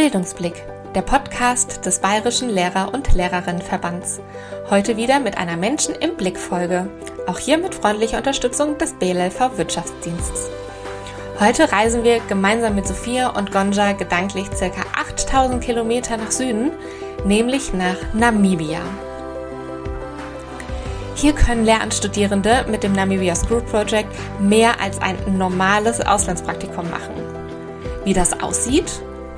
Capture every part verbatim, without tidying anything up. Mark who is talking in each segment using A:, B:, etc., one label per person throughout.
A: Bildungsblick, der Podcast des Bayerischen Lehrer- und Lehrerinnenverbands. Heute wieder mit einer Menschen im Blick-Folge, auch hier mit freundlicher Unterstützung des B L L V Wirtschaftsdienstes. Heute reisen wir gemeinsam mit Sophia und Gonja gedanklich ca. achttausend Kilometer nach Süden, nämlich nach Namibia. Hier können Lehramtsstudierende mit dem Namibia School Project mehr als ein normales Auslandspraktikum machen. Wie das aussieht?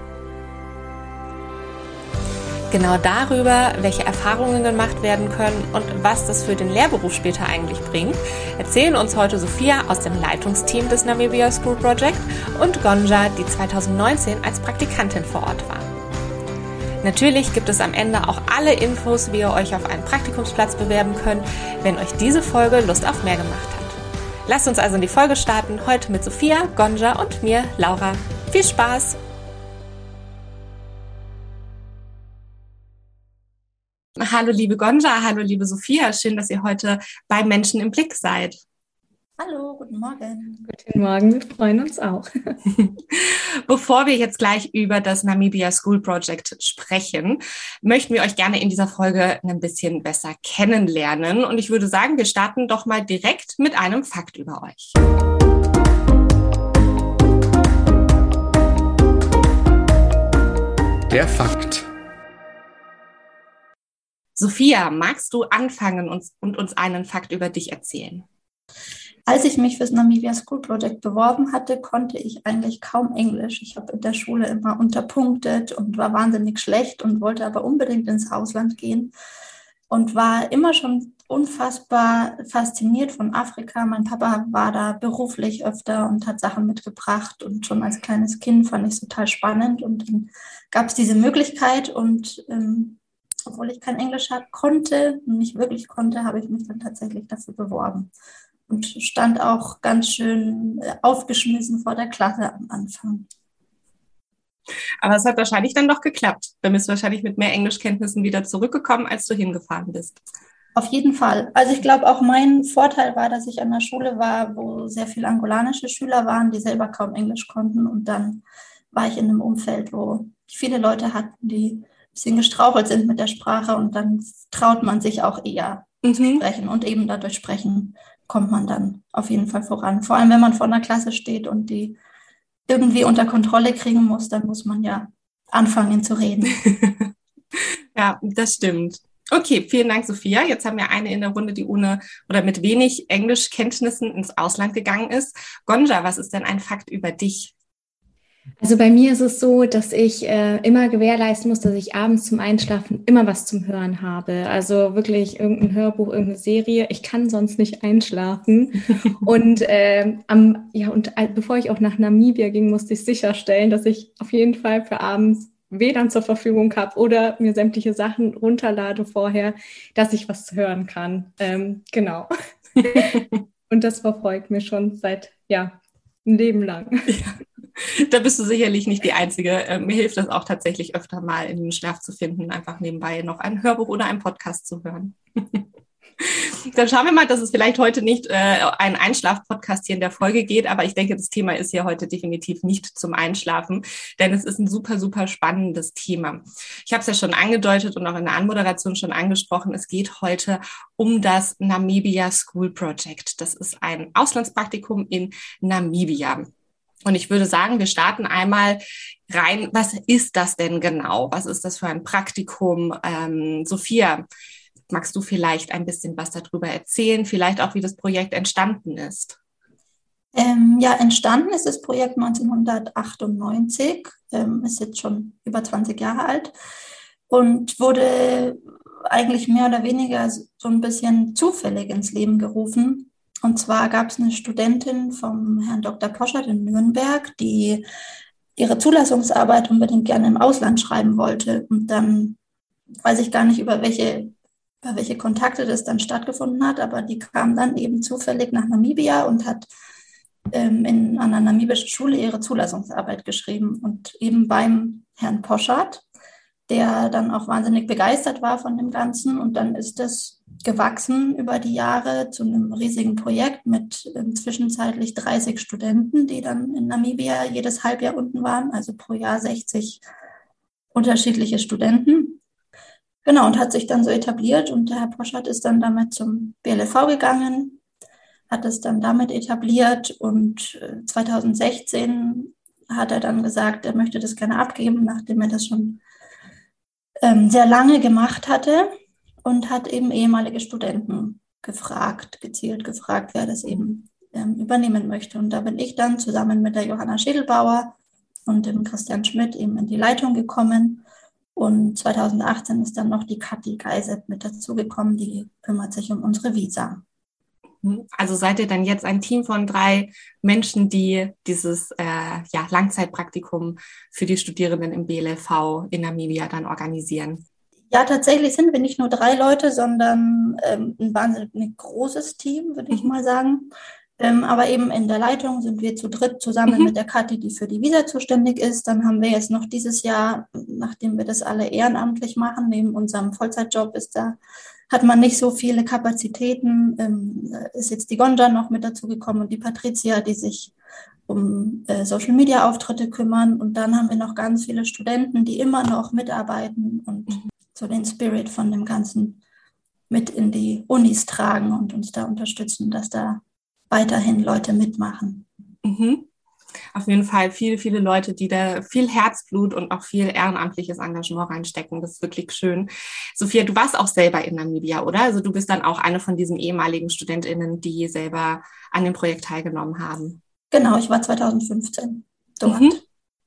A: Genau darüber, welche Erfahrungen gemacht werden können und was das für den Lehrberuf später eigentlich bringt, erzählen uns heute Sophia aus dem Leitungsteam des Namibia School Project und Gonja, die zweitausendneunzehn als Praktikantin vor Ort war. Natürlich gibt es am Ende auch alle Infos, wie ihr euch auf einen Praktikumsplatz bewerben könnt, wenn euch diese Folge Lust auf mehr gemacht hat. Lasst uns also in die Folge starten, heute mit Sophia, Gonja und mir, Laura. Viel Spaß! Hallo liebe Gonja, hallo liebe Sophia, schön, dass ihr heute bei Menschen im Blick seid.
B: Hallo, guten Morgen.
C: Guten Morgen, wir freuen uns auch.
A: Bevor wir jetzt gleich über das Namibia School Project sprechen, möchten wir euch gerne in dieser Folge ein bisschen besser kennenlernen. Und ich würde sagen, wir starten doch mal direkt mit einem Fakt über euch.
D: Der Fakt.
A: Sophia, magst du anfangen und, und uns einen Fakt über dich erzählen?
B: Als ich mich fürs Namibia School Project beworben hatte, konnte ich eigentlich kaum Englisch. Ich habe in der Schule immer unterpunktet und war wahnsinnig schlecht und wollte aber unbedingt ins Ausland gehen und war immer schon unfassbar fasziniert von Afrika. Mein Papa war da beruflich öfter und hat Sachen mitgebracht und schon als kleines Kind fand ich es total spannend und dann gab es diese Möglichkeit und ähm, obwohl ich kein Englisch konnte, nicht wirklich konnte, habe ich mich dann tatsächlich dafür beworben. Und stand auch ganz schön aufgeschmissen vor der Klasse am Anfang.
A: Aber es hat wahrscheinlich dann doch geklappt. Dann bist du wahrscheinlich mit mehr Englischkenntnissen wieder zurückgekommen, als du hingefahren bist.
B: Auf jeden Fall. Also ich glaube, auch mein Vorteil war, dass ich an der Schule war, wo sehr viele angolanische Schüler waren, die selber kaum Englisch konnten. Und dann war ich in einem Umfeld, wo viele Leute hatten, die ein bisschen gestrauchelt sind mit der Sprache. Und dann traut man sich auch eher mhm. zu sprechen. Und eben dadurch sprechen kommt man dann auf jeden Fall voran. Vor allem, wenn man vor einer Klasse steht und die irgendwie unter Kontrolle kriegen muss, dann muss man ja anfangen zu reden.
A: Ja, das stimmt. Okay, vielen Dank, Sophia. Jetzt haben wir eine in der Runde, die ohne oder mit wenig Englischkenntnissen ins Ausland gegangen ist. Gonja, was ist denn ein Fakt über dich?
C: Also bei mir ist es so, dass ich äh, immer gewährleisten muss, dass ich abends zum Einschlafen immer was zum Hören habe. Also wirklich irgendein Hörbuch, irgendeine Serie. Ich kann sonst nicht einschlafen. und äh, am ja und äh, bevor ich auch nach Namibia ging, musste ich sicherstellen, dass ich auf jeden Fall für abends W L A N zur Verfügung habe oder mir sämtliche Sachen runterlade vorher, dass ich was hören kann. Ähm, genau. Und das verfolgt mir schon seit ja ein Leben lang.
A: Ja. Da bist du sicherlich nicht die Einzige. Äh, mir hilft das auch tatsächlich öfter mal in den Schlaf zu finden, einfach nebenbei noch ein Hörbuch oder einen Podcast zu hören. Dann schauen wir mal, dass es vielleicht heute nicht äh, ein Einschlaf-Podcast hier in der Folge geht, aber ich denke, das Thema ist hier heute definitiv nicht zum Einschlafen, denn es ist ein super, super spannendes Thema. Ich habe es ja schon angedeutet und auch in der Anmoderation schon angesprochen, es geht heute um das Namibia School Project. Das ist ein Auslandspraktikum in Namibia. Und ich würde sagen, wir starten einmal rein. Was ist das denn genau? Was ist das für ein Praktikum? Ähm, Sophia, magst du vielleicht ein bisschen was darüber erzählen? Vielleicht auch, wie das Projekt entstanden ist?
B: Ähm, ja, entstanden ist das Projekt neunzehnhundertachtundneunzig, ähm, ist jetzt schon über zwanzig Jahre alt und wurde eigentlich mehr oder weniger so ein bisschen zufällig ins Leben gerufen. Und zwar gab es eine Studentin vom Herrn Doktor Poschert in Nürnberg, die ihre Zulassungsarbeit unbedingt gerne im Ausland schreiben wollte. Und dann weiß ich gar nicht, über welche, über welche Kontakte das dann stattgefunden hat, aber die kam dann eben zufällig nach Namibia und hat ähm, in einer namibischen Schule ihre Zulassungsarbeit geschrieben. Und eben beim Herrn Poschert, der dann auch wahnsinnig begeistert war von dem Ganzen. Und dann ist das gewachsen über die Jahre zu einem riesigen Projekt mit äh, zwischenzeitlich dreißig Studenten, die dann in Namibia jedes Halbjahr unten waren, also pro Jahr sechzig unterschiedliche Studenten. Genau, und hat sich dann so etabliert und der Herr Poschardt ist dann damit zum B L V gegangen, hat es dann damit etabliert und zwanzig sechzehn hat er dann gesagt, er möchte das gerne abgeben, nachdem er das schon ähm, sehr lange gemacht hatte und hat eben ehemalige Studenten gefragt, gezielt gefragt, wer das eben ähm, übernehmen möchte. Und da bin ich dann zusammen mit der Johanna Schädelbauer und dem Christian Schmidt eben in die Leitung gekommen. Und zwanzig achtzehn ist dann noch die Kathi Geisert mit dazugekommen, die kümmert sich um unsere Visa.
A: Also seid ihr dann jetzt ein Team von drei Menschen, die dieses äh, ja, Langzeitpraktikum für die Studierenden im B L V in Namibia dann organisieren?
B: Ja, tatsächlich sind wir nicht nur drei Leute, sondern ähm, ein wahnsinnig großes Team, würde ich mal sagen. Ähm, aber eben in der Leitung sind wir zu dritt zusammen mhm. mit der Kathi, die für die Visa zuständig ist. Dann haben wir jetzt noch dieses Jahr, nachdem wir das alle ehrenamtlich machen, neben unserem Vollzeitjob ist da, hat man nicht so viele Kapazitäten. Ähm, ist jetzt die Gonja noch mit dazu gekommen und die Patricia, die sich um äh, Social-Media-Auftritte kümmern. Und dann haben wir noch ganz viele Studenten, die immer noch mitarbeiten und mhm. so den Spirit von dem Ganzen mit in die Unis tragen und uns da unterstützen, dass da weiterhin Leute mitmachen.
A: Mhm. Auf jeden Fall viele, viele Leute, die da viel Herzblut und auch viel ehrenamtliches Engagement reinstecken. Das ist wirklich schön. Sophia, du warst auch selber in Namibia, oder? Also du bist dann auch eine von diesen ehemaligen StudentInnen, die selber an dem Projekt teilgenommen haben.
B: Genau, ich war zwanzig fünfzehn dort.
A: Mhm.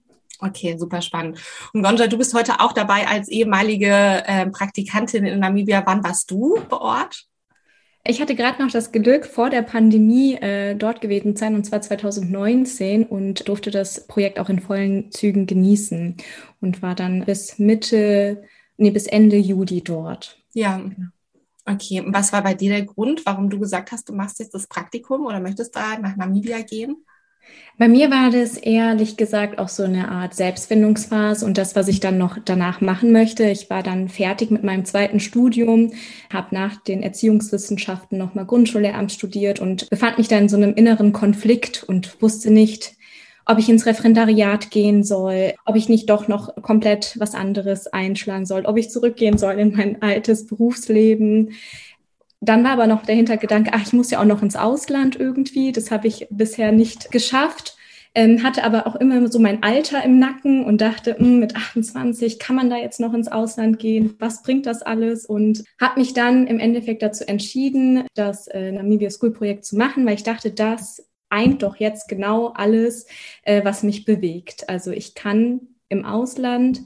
A: Okay, super spannend. Und Gonja, du bist heute auch dabei als ehemalige äh, Praktikantin in Namibia. Wann warst du vor Ort?
C: Ich hatte gerade noch das Glück, vor der Pandemie äh, dort gewesen zu sein, und zwar zwanzig neunzehn, und durfte das Projekt auch in vollen Zügen genießen und war dann bis Mitte, nee, bis Ende Juli dort.
A: Ja, okay. Und was war bei dir der Grund, warum du gesagt hast, du machst jetzt das Praktikum oder möchtest da nach Namibia gehen?
C: Bei mir war das ehrlich gesagt auch so eine Art Selbstfindungsphase und das, was ich dann noch danach machen möchte. Ich war dann fertig mit meinem zweiten Studium, habe nach den Erziehungswissenschaften nochmal Grundschullehramt studiert und befand mich dann in so einem inneren Konflikt und wusste nicht, ob ich ins Referendariat gehen soll, ob ich nicht doch noch komplett was anderes einschlagen soll, ob ich zurückgehen soll in mein altes Berufsleben. Dann war aber noch der Hintergedanke, ach, ich muss ja auch noch ins Ausland irgendwie. Das habe ich bisher nicht geschafft. Ähm, hatte aber auch immer so mein Alter im Nacken und dachte, mh, mit achtundzwanzig kann man da jetzt noch ins Ausland gehen? Was bringt das alles? Und habe mich dann im Endeffekt dazu entschieden, das äh, Namibia School Projekt zu machen, weil ich dachte, das eint doch jetzt genau alles, äh, was mich bewegt. Also ich kann im Ausland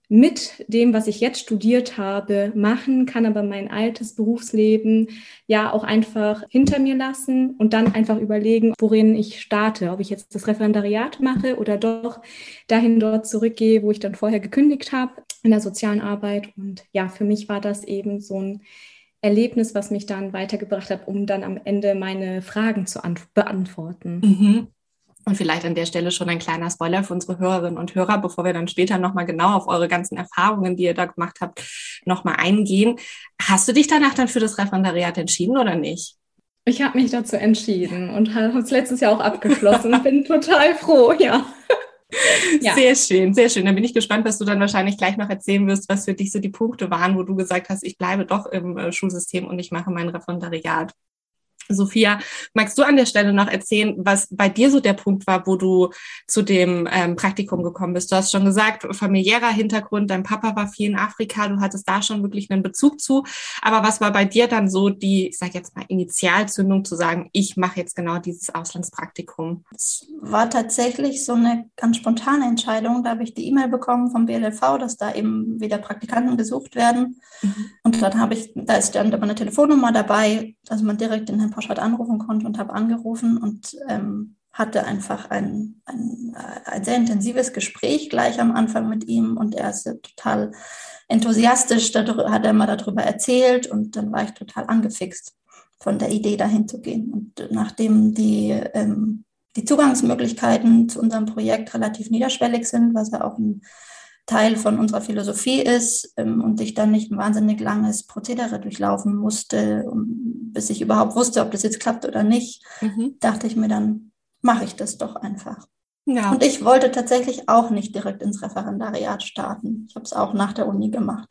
C: mit dem, was ich jetzt studiert habe, machen, kann aber mein altes Berufsleben ja auch einfach hinter mir lassen und dann einfach überlegen, worin ich starte, ob ich jetzt das Referendariat mache oder doch dahin dort zurückgehe, wo ich dann vorher gekündigt habe, in der sozialen Arbeit. Und ja, für mich war das eben so ein Erlebnis, was mich dann weitergebracht hat, um dann am Ende meine Fragen zu ant- beantworten.
A: Mhm. Und vielleicht an der Stelle schon ein kleiner Spoiler für unsere Hörerinnen und Hörer, bevor wir dann später nochmal genau auf eure ganzen Erfahrungen, die ihr da gemacht habt, nochmal eingehen. Hast du dich danach dann für das Referendariat entschieden oder nicht?
C: Ich habe mich dazu entschieden und habe es letztes Jahr auch abgeschlossen. Bin total froh, ja.
A: Ja. Sehr schön, sehr schön. Dann bin ich gespannt, was du dann wahrscheinlich gleich noch erzählen wirst, was für dich so die Punkte waren, wo du gesagt hast, ich bleibe doch im äh, Schulsystem und ich mache mein Referendariat. Sophia, magst du an der Stelle noch erzählen, was bei dir so der Punkt war, wo du zu dem ähm, Praktikum gekommen bist? Du hast schon gesagt, familiärer Hintergrund, dein Papa war viel in Afrika, du hattest da schon wirklich einen Bezug zu. Aber was war bei dir dann so die, ich sage jetzt mal, Initialzündung zu sagen, ich mache jetzt genau dieses Auslandspraktikum?
B: Es war tatsächlich so eine ganz spontane Entscheidung. Da habe ich die E-Mail bekommen vom B L V, dass da eben wieder Praktikanten gesucht werden. Mhm. Und dann habe ich, da ist dann eine Telefonnummer dabei, dass man direkt den Herrn Poschardt anrufen konnte und habe angerufen und ähm, hatte einfach ein, ein, ein sehr intensives Gespräch gleich am Anfang mit ihm und er ist total enthusiastisch, darüber, hat er immer darüber erzählt und dann war ich total angefixt von der Idee, dahin zu gehen. Und nachdem die, ähm, die Zugangsmöglichkeiten zu unserem Projekt relativ niederschwellig sind, was ja auch ein Teil von unserer Philosophie ist ähm, und ich dann nicht ein wahnsinnig langes Prozedere durchlaufen musste, um, bis ich überhaupt wusste, ob das jetzt klappt oder nicht, mhm. dachte ich mir, dann mache ich das doch einfach. Ja. Und ich wollte tatsächlich auch nicht direkt ins Referendariat starten. Ich habe es auch nach der Uni gemacht.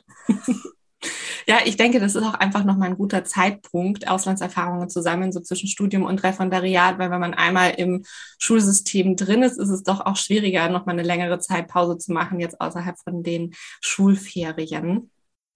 A: Ja, ich denke, das ist auch einfach nochmal ein guter Zeitpunkt, Auslandserfahrungen zu sammeln, so zwischen Studium und Referendariat, weil wenn man einmal im Schulsystem drin ist, ist es doch auch schwieriger, nochmal eine längere Zeit Pause zu machen, jetzt außerhalb von den Schulferien.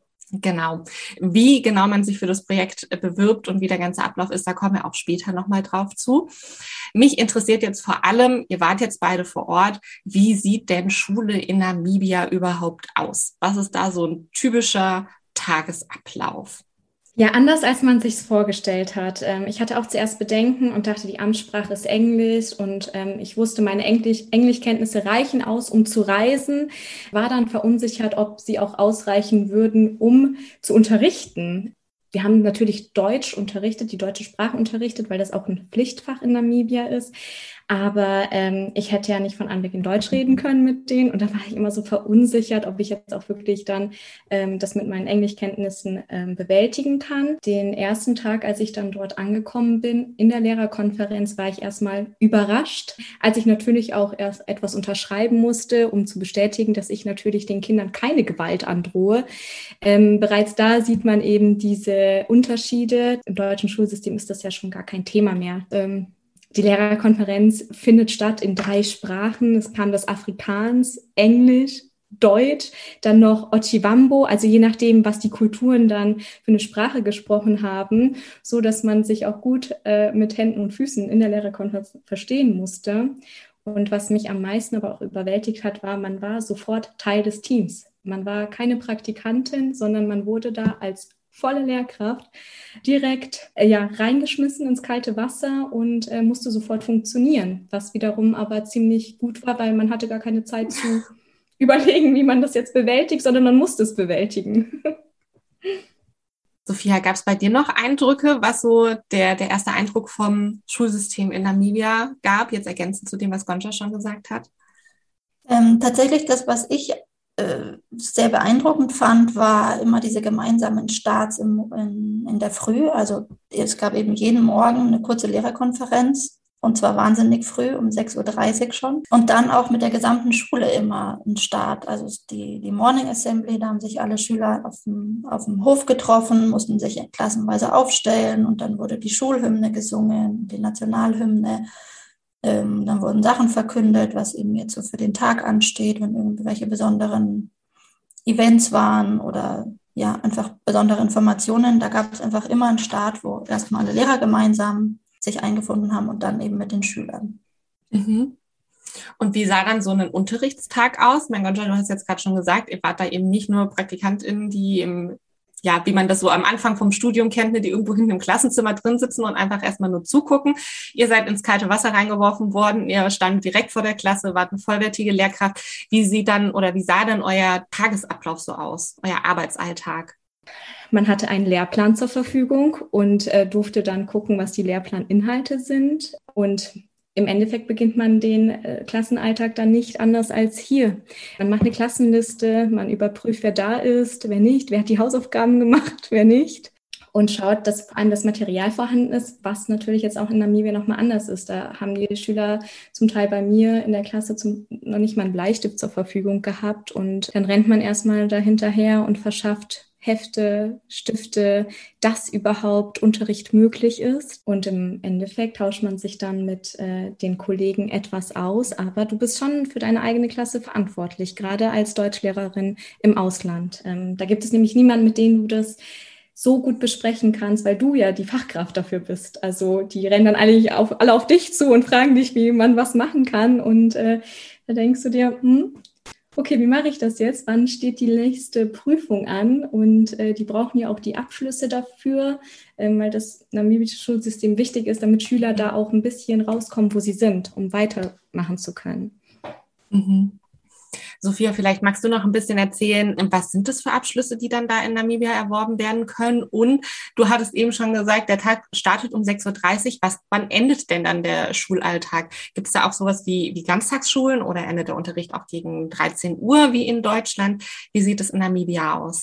A: Genau. Wie genau man sich für das Projekt bewirbt und wie der ganze Ablauf ist, da kommen wir auch später nochmal drauf zu. Mich interessiert jetzt vor allem, ihr wart jetzt beide vor Ort, wie sieht denn Schule in Namibia überhaupt aus? Was ist da so ein typischer Tagesablauf?
C: Ja, anders als man sich es vorgestellt hat. Ich hatte auch zuerst Bedenken und dachte, die Amtssprache ist Englisch und ich wusste, meine Englisch, Englischkenntnisse reichen aus, um zu reisen, war dann verunsichert, ob sie auch ausreichen würden, um zu unterrichten. Wir haben natürlich Deutsch unterrichtet, die deutsche Sprache unterrichtet, weil das auch ein Pflichtfach in Namibia ist. Aber ähm, ich hätte ja nicht von Anbeginn Deutsch reden können mit denen. Und da war ich immer so verunsichert, ob ich jetzt auch wirklich dann ähm, das mit meinen Englischkenntnissen ähm, bewältigen kann. Den ersten Tag, als ich dann dort angekommen bin, in der Lehrerkonferenz, war ich erstmal überrascht, als ich natürlich auch erst etwas unterschreiben musste, um zu bestätigen, dass ich natürlich den Kindern keine Gewalt androhe. Ähm, bereits da sieht man eben diese Unterschiede. Im deutschen Schulsystem ist das ja schon gar kein Thema mehr. Ähm, Die Lehrerkonferenz findet statt in drei Sprachen. Es kam das Afrikaans, Englisch, Deutsch, dann noch Otjiwambo, also je nachdem, was die Kulturen dann für eine Sprache gesprochen haben, so dass man sich auch gut äh, mit Händen und Füßen in der Lehrerkonferenz verstehen musste. Und was mich am meisten aber auch überwältigt hat, war, man war sofort Teil des Teams. Man war keine Praktikantin, sondern man wurde da als volle Lehrkraft direkt äh, ja, reingeschmissen ins kalte Wasser und äh, musste sofort funktionieren, was wiederum aber ziemlich gut war, weil man hatte gar keine Zeit zu überlegen, wie man das jetzt bewältigt, sondern man musste es bewältigen.
A: Sophia, gab es bei dir noch Eindrücke, was so der, der erste Eindruck vom Schulsystem in Namibia gab, jetzt ergänzend zu dem, was Gonca schon gesagt hat?
B: Ähm, tatsächlich das, was ich sehr beeindruckend fand, war immer diese gemeinsamen Starts im, in, in der Früh. Also es gab eben jeden Morgen eine kurze Lehrerkonferenz und zwar wahnsinnig früh, um sechs Uhr dreißig schon. Und dann auch mit der gesamten Schule immer ein Start. Also die, die Morning Assembly, da haben sich alle Schüler auf dem, auf dem Hof getroffen, mussten sich klassenweise aufstellen und dann wurde die Schulhymne gesungen, die Nationalhymne. Ähm, dann wurden Sachen verkündet, was eben jetzt so für den Tag ansteht, wenn irgendwelche besonderen Events waren oder ja, einfach besondere Informationen. Da gab es einfach immer einen Start, wo erstmal alle Lehrer gemeinsam sich eingefunden haben und dann eben mit den Schülern.
A: Mhm. Und wie sah dann so ein Unterrichtstag aus? Mein Gott, du hast jetzt gerade schon gesagt, ihr wart da eben nicht nur PraktikantInnen, die im ja, wie man das so am Anfang vom Studium kennt, die irgendwo hinten im Klassenzimmer drin sitzen und einfach erstmal nur zugucken. Ihr seid ins kalte Wasser reingeworfen worden, ihr standet direkt vor der Klasse, wart eine vollwertige Lehrkraft. Wie sieht dann oder wie sah dann euer Tagesablauf so aus, euer Arbeitsalltag?
C: Man hatte einen Lehrplan zur Verfügung und äh, durfte dann gucken, was die Lehrplaninhalte sind. Und im Endeffekt beginnt man den äh, Klassenalltag dann nicht anders als hier. Man macht eine Klassenliste, man überprüft, wer da ist, wer nicht, wer hat die Hausaufgaben gemacht, wer nicht. Und schaut, dass vor allem das Material vorhanden ist, was natürlich jetzt auch in Namibia nochmal anders ist. Da haben die Schüler zum Teil bei mir in der Klasse zum, noch nicht mal einen Bleistift zur Verfügung gehabt. Und dann rennt man erstmal dahinterher und verschafft Hefte, Stifte, dass überhaupt Unterricht möglich ist. Und im Endeffekt tauscht man sich dann mit äh, den Kollegen etwas aus. Aber du bist schon für deine eigene Klasse verantwortlich, gerade als Deutschlehrerin im Ausland. Ähm, da gibt es nämlich niemanden, mit dem du das so gut besprechen kannst, weil du ja die Fachkraft dafür bist. Also die rennen dann alle auf, alle auf dich zu und fragen dich, wie man was machen kann. Und äh, da denkst du dir, hm, okay, wie mache ich das jetzt? Wann steht die nächste Prüfung an? Und äh, die brauchen ja auch die Abschlüsse dafür, ähm, weil das namibische Schulsystem wichtig ist, damit Schüler da auch ein bisschen rauskommen, wo sie sind, um weitermachen zu können.
A: Mhm. Sophia, vielleicht magst du noch ein bisschen erzählen, was sind das für Abschlüsse, die dann da in Namibia erworben werden können? Und du hattest eben schon gesagt, der Tag startet um sechs Uhr dreißig. Was, wann endet denn dann der Schulalltag? Gibt es da auch sowas wie, wie Ganztagsschulen oder endet der Unterricht auch gegen dreizehn Uhr wie in Deutschland? Wie sieht es in Namibia aus?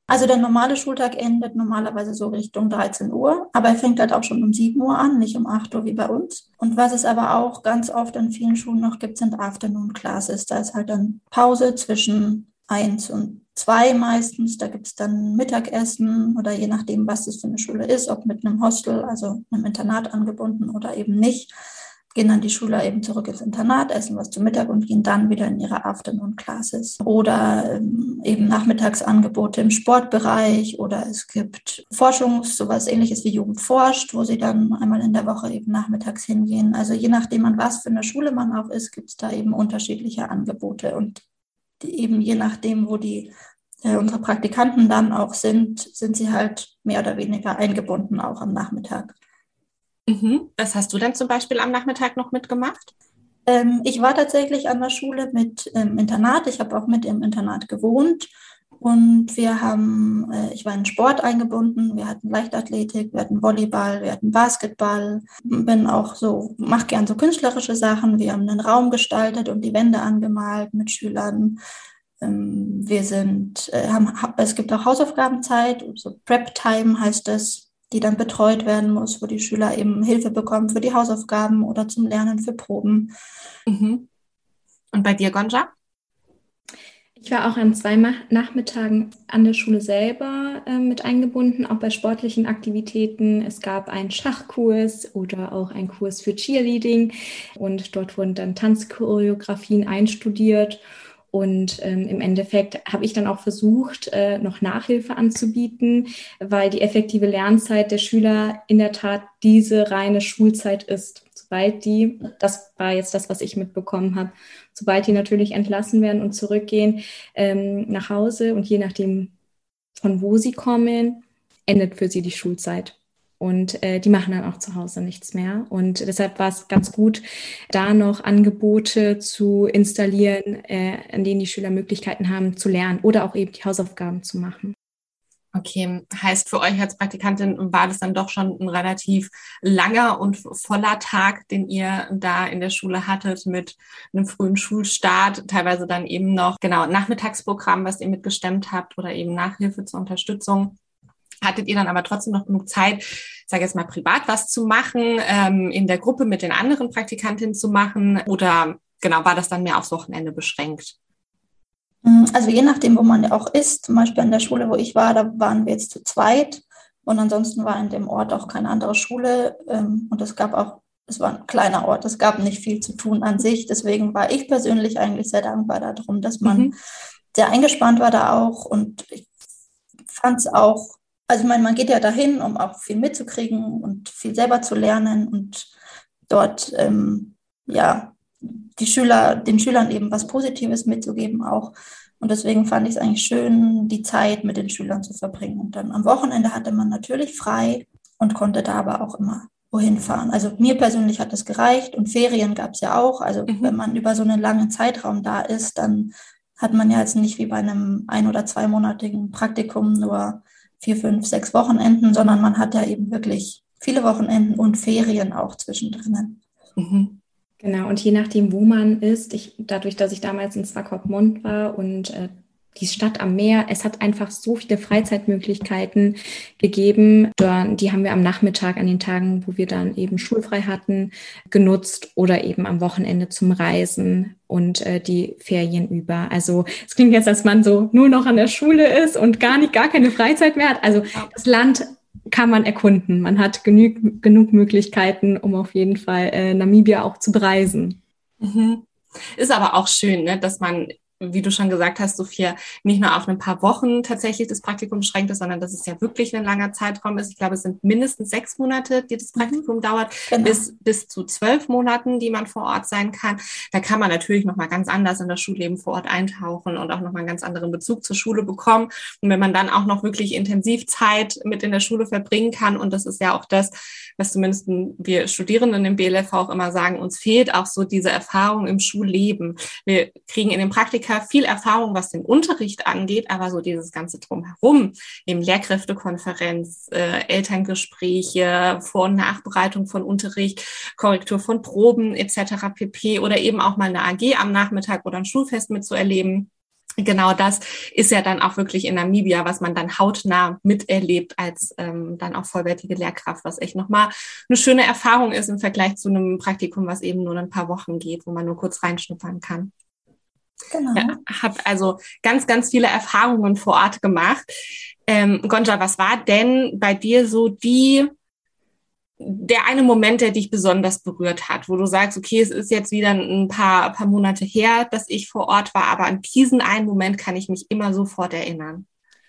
B: Also der normale Schultag endet normalerweise so Richtung dreizehn Uhr, aber er fängt halt auch schon um sieben Uhr an, nicht um acht Uhr wie bei uns. Und was es aber auch ganz oft in vielen Schulen noch gibt, sind Afternoon Classes. Da ist halt dann Pause zwischen eins und zwei meistens. Da gibt es dann Mittagessen oder je nachdem, was das für eine Schule ist, ob mit einem Hostel, also einem Internat angebunden oder eben nicht. Gehen dann die Schüler eben zurück ins Internat, essen was zum Mittag und gehen dann wieder in ihre Afternoon-Classes. Oder ähm, eben Nachmittagsangebote im Sportbereich oder es gibt Forschungs-, sowas Ähnliches wie Jugend forscht, wo sie dann einmal in der Woche eben nachmittags hingehen. Also je nachdem, an was für eine Schule man auch ist, gibt es da eben unterschiedliche Angebote. Und die, eben je nachdem, wo die äh, unsere Praktikanten dann auch sind, sind sie halt mehr oder weniger eingebunden auch am Nachmittag.
A: Mhm. Was hast du denn zum Beispiel am Nachmittag noch mitgemacht?
B: Ähm, ich war tatsächlich an der Schule mit ähm, Internat. Ich habe auch mit im Internat gewohnt und wir haben, äh, ich war in Sport eingebunden. Wir hatten Leichtathletik, wir hatten Volleyball, wir hatten Basketball. Bin auch so, mache gern so künstlerische Sachen. Wir haben einen Raum gestaltet und die Wände angemalt mit Schülern. Ähm, wir sind, äh, haben, es gibt auch Hausaufgabenzeit, so Prep-Time heißt es, die dann betreut werden muss, wo die Schüler eben Hilfe bekommen für die Hausaufgaben oder zum Lernen für Proben.
A: Mhm. Und bei dir, Gonja?
C: Ich war auch an zwei Ma- Nachmittagen an der Schule selber äh, mit eingebunden, auch bei sportlichen Aktivitäten. Es gab einen Schachkurs oder auch einen Kurs für Cheerleading und dort wurden dann Tanzchoreografien einstudiert. Und ähm, im Endeffekt habe ich dann auch versucht, äh, noch Nachhilfe anzubieten, weil die effektive Lernzeit der Schüler in der Tat diese reine Schulzeit ist. Sobald die, das war jetzt das, was ich mitbekommen habe, sobald die natürlich entlassen werden und zurückgehen ähm, nach Hause und je nachdem, von wo sie kommen, endet für sie die Schulzeit. Und äh, die machen dann auch zu Hause nichts mehr. Und deshalb war es ganz gut, da noch Angebote zu installieren, äh, an denen die Schüler Möglichkeiten haben zu lernen oder auch eben die Hausaufgaben zu machen.
A: Okay, heißt für euch als Praktikantin war das dann doch schon ein relativ langer und voller Tag, den ihr da in der Schule hattet mit einem frühen Schulstart, teilweise dann eben noch genau ein Nachmittagsprogramm, was ihr mitgestemmt habt oder eben Nachhilfe zur Unterstützung. Hattet ihr dann aber trotzdem noch genug Zeit, ich sage jetzt mal privat was zu machen, ähm, in der Gruppe mit den anderen Praktikantinnen zu machen oder genau war das dann mehr aufs Wochenende beschränkt?
B: Also je nachdem, wo man ja auch ist, zum Beispiel an der Schule, wo ich war, da waren wir jetzt zu zweit und ansonsten war in dem Ort auch keine andere Schule ähm, und es gab auch, es war ein kleiner Ort, es gab nicht viel zu tun an sich, deswegen war ich persönlich eigentlich sehr dankbar darum, dass man mhm. sehr eingespannt war da auch und ich fand es auch, also ich meine, man geht ja dahin, um auch viel mitzukriegen und viel selber zu lernen und dort, ähm, ja, die Schüler, den Schülern eben was Positives mitzugeben auch. Und deswegen fand ich es eigentlich schön, die Zeit mit den Schülern zu verbringen. Und dann am Wochenende hatte man natürlich frei und konnte da aber auch immer wohin fahren. Also mir persönlich hat es gereicht und Ferien gab es ja auch. Also mhm. wenn man über so einen langen Zeitraum da ist, dann hat man ja jetzt nicht wie bei einem ein- oder zweimonatigen Praktikum nur vier, fünf, sechs Wochenenden, sondern man hat ja eben wirklich viele Wochenenden und Ferien auch zwischendrin.
C: Mhm. Genau, und je nachdem, wo man ist, ich, dadurch, dass ich damals in Swakopmund war und äh, die Stadt am Meer, es hat einfach so viele Freizeitmöglichkeiten gegeben. Die haben wir am Nachmittag an den Tagen, wo wir dann eben schulfrei hatten, genutzt oder eben am Wochenende zum Reisen und äh, die Ferien über. Also es klingt jetzt, als man so nur noch an der Schule ist und gar nicht, gar keine Freizeit mehr hat. Also das Land kann man erkunden. Man hat genug, genug Möglichkeiten, um auf jeden Fall äh, Namibia auch zu bereisen.
A: Mhm. Ist aber auch schön, ne, dass man, wie du schon gesagt hast, Sophia, nicht nur auf ein paar Wochen tatsächlich das Praktikum beschränkt ist, sondern dass es ja wirklich ein langer Zeitraum ist. Ich glaube, es sind mindestens sechs Monate, die das Praktikum mhm. dauert, genau. bis, bis zu zwölf Monaten, die man vor Ort sein kann. Da kann man natürlich nochmal ganz anders in das Schulleben vor Ort eintauchen und auch nochmal einen ganz anderen Bezug zur Schule bekommen. Und wenn man dann auch noch wirklich intensiv Zeit mit in der Schule verbringen kann, und das ist ja auch das, was zumindest wir Studierenden im B L V auch immer sagen, uns fehlt auch so diese Erfahrung im Schulleben. Wir kriegen in den Praktika viel Erfahrung, was den Unterricht angeht, aber so dieses ganze Drumherum, eben Lehrkräftekonferenz, äh, Elterngespräche, Vor- und Nachbereitung von Unterricht, Korrektur von Proben et cetera pp. Oder eben auch mal eine A G am Nachmittag oder ein Schulfest mitzuerleben. genau das ist ja dann auch wirklich in Namibia, was man dann hautnah miterlebt als ähm, dann auch vollwertige Lehrkraft, was echt nochmal eine schöne Erfahrung ist im Vergleich zu einem Praktikum, was eben nur ein paar Wochen geht, wo man nur kurz reinschnuppern kann.
B: Genau.
A: Ja, habe also ganz, ganz viele Erfahrungen vor Ort gemacht. Ähm, Gonja, was war denn bei dir so die der eine Moment, der dich besonders berührt hat, wo du sagst, okay, es ist jetzt wieder ein paar, paar Monate her, dass ich vor Ort war, aber an diesen einen Moment kann ich mich immer sofort erinnern?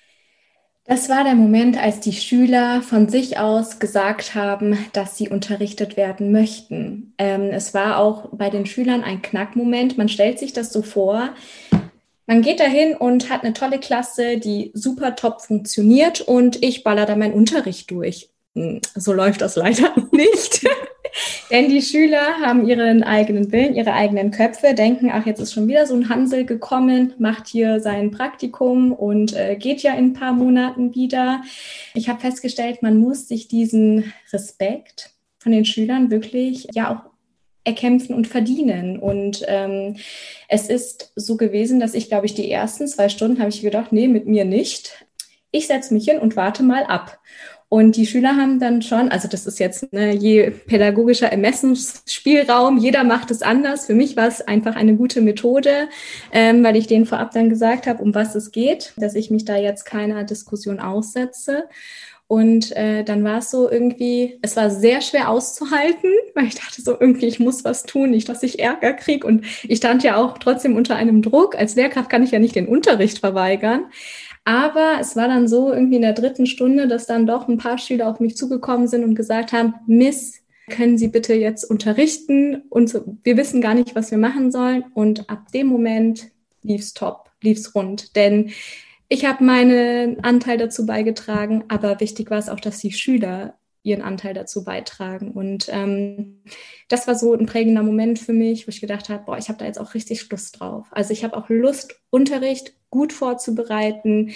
C: Das war der Moment, als die Schüler von sich aus gesagt haben, dass sie unterrichtet werden möchten. Ähm, es war auch bei den Schülern ein Knackmoment. Man stellt sich das so vor, man geht dahin und hat eine tolle Klasse, die super top funktioniert und ich baller da meinen Unterricht durch. So läuft das leider nicht. Denn die Schüler haben ihren eigenen Willen, ihre eigenen Köpfe, denken, ach, jetzt ist schon wieder so ein Hansel gekommen, macht hier sein Praktikum und äh, geht ja in ein paar Monaten wieder. Ich habe festgestellt, man muss sich diesen Respekt von den Schülern wirklich ja auch erkämpfen und verdienen. Und ähm, es ist so gewesen, dass ich, glaube ich, die ersten zwei Stunden habe ich gedacht, nee, mit mir nicht. Ich setze mich hin und warte mal ab. Und die Schüler haben dann schon, also das ist jetzt ne, je pädagogischer Ermessensspielraum, jeder macht es anders. Für mich war es einfach eine gute Methode, ähm, weil ich denen vorab dann gesagt habe, um was es geht, dass ich mich da jetzt keiner Diskussion aussetze. Und äh, dann war es so irgendwie, es war sehr schwer auszuhalten, weil ich dachte so irgendwie, ich muss was tun, nicht, dass ich Ärger kriege. Und ich stand ja auch trotzdem unter einem Druck. Als Lehrkraft kann ich ja nicht den Unterricht verweigern. Aber es war dann so irgendwie in der dritten Stunde, dass dann doch ein paar Schüler auf mich zugekommen sind und gesagt haben, Miss, können Sie bitte jetzt unterrichten? Und so, wir wissen gar nicht, was wir machen sollen. Und ab dem Moment lief's top, lief's rund. Denn ich habe meinen Anteil dazu beigetragen, aber wichtig war es auch, dass die Schüler ihren Anteil dazu beitragen. Und ähm, das war so ein prägender Moment für mich, wo ich gedacht habe, boah, ich habe da jetzt auch richtig Lust drauf. Also ich habe auch Lust, Unterricht gut vorzubereiten,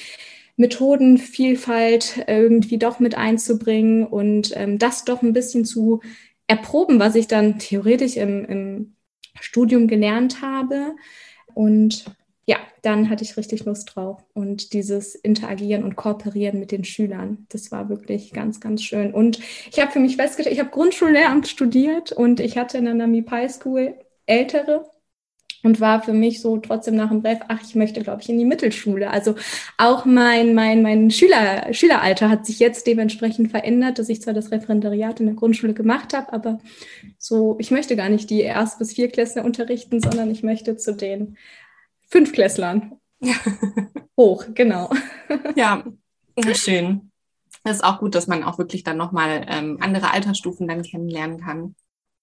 C: Methodenvielfalt irgendwie doch mit einzubringen und ähm, das doch ein bisschen zu erproben, was ich dann theoretisch im, im Studium gelernt habe. Und ja, dann hatte ich richtig Lust drauf. Und dieses Interagieren und Kooperieren mit den Schülern, das war wirklich ganz, ganz schön. Und ich habe für mich festgestellt, ich habe Grundschullehramt studiert und ich hatte in der Namib High School Ältere und war für mich so trotzdem nach dem Ref, ach, ich möchte, glaube ich, in die Mittelschule. Also auch mein, mein, mein Schüler, Schüleralter hat sich jetzt dementsprechend verändert, dass ich zwar das Referendariat in der Grundschule gemacht habe, aber so, ich möchte gar nicht die Erst- bis Viertklässler unterrichten, sondern ich möchte zu den Fünftklässlern.
A: Ja.
C: Hoch, genau.
A: Ja, schön. Das ist auch gut, dass man auch wirklich dann nochmal ähm, andere Altersstufen dann kennenlernen kann.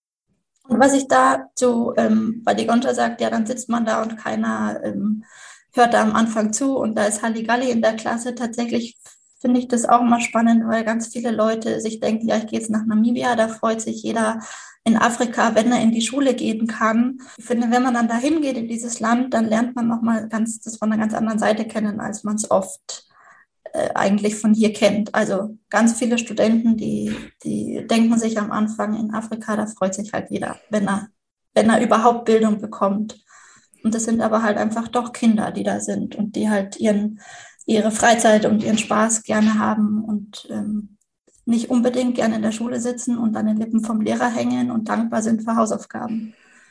B: Und was ich dazu, ähm, weil die Gonja sagt, ja, dann sitzt man da und keiner ähm, hört da am Anfang zu und da ist Halligalli in der Klasse. Tatsächlich finde ich das auch immer spannend, weil ganz viele Leute sich denken, ja, ich gehe jetzt nach Namibia, da freut sich jeder in Afrika, wenn er in die Schule gehen kann. Ich finde, wenn man dann dahin geht in dieses Land, dann lernt man nochmal ganz, das von einer ganz anderen Seite kennen, als man es oft äh, eigentlich von hier kennt. Also ganz viele Studenten, die, die denken sich am Anfang, in Afrika, da freut sich halt jeder, wenn er, wenn er überhaupt Bildung bekommt. Und das sind aber halt einfach doch Kinder, die da sind und die halt ihren, ihre Freizeit und ihren Spaß gerne haben und ähm, nicht unbedingt gerne in der Schule sitzen und an den Lippen vom Lehrer hängen und dankbar sind für Hausaufgaben.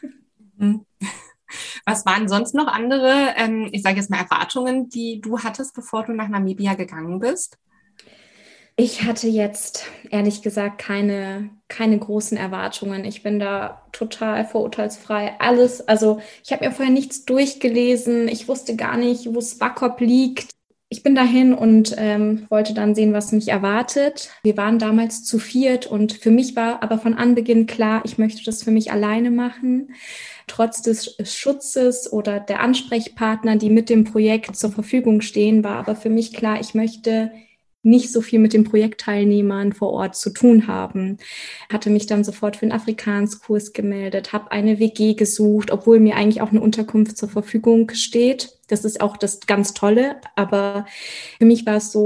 A: Was waren sonst noch andere, ähm, ich sage jetzt mal Erwartungen, die du hattest, bevor du nach Namibia gegangen bist?
C: Ich hatte jetzt ehrlich gesagt keine, keine großen Erwartungen. Ich bin da total vorurteilsfrei. Alles, also ich habe mir vorher nichts durchgelesen. Ich wusste gar nicht, wo Swakop liegt. Ich bin dahin und ähm, wollte dann sehen, was mich erwartet. Wir waren damals zu viert und für mich war aber von Anbeginn klar, ich möchte das für mich alleine machen. Trotz des Schutzes oder der Ansprechpartner, die mit dem Projekt zur Verfügung stehen, war aber für mich klar, ich möchte nicht so viel mit den Projektteilnehmern vor Ort zu tun haben. Hatte mich dann sofort für einen Afrikaanskurs gemeldet, habe eine W G gesucht, obwohl mir eigentlich auch eine Unterkunft zur Verfügung steht. Das ist auch das ganz Tolle, aber für mich war es so,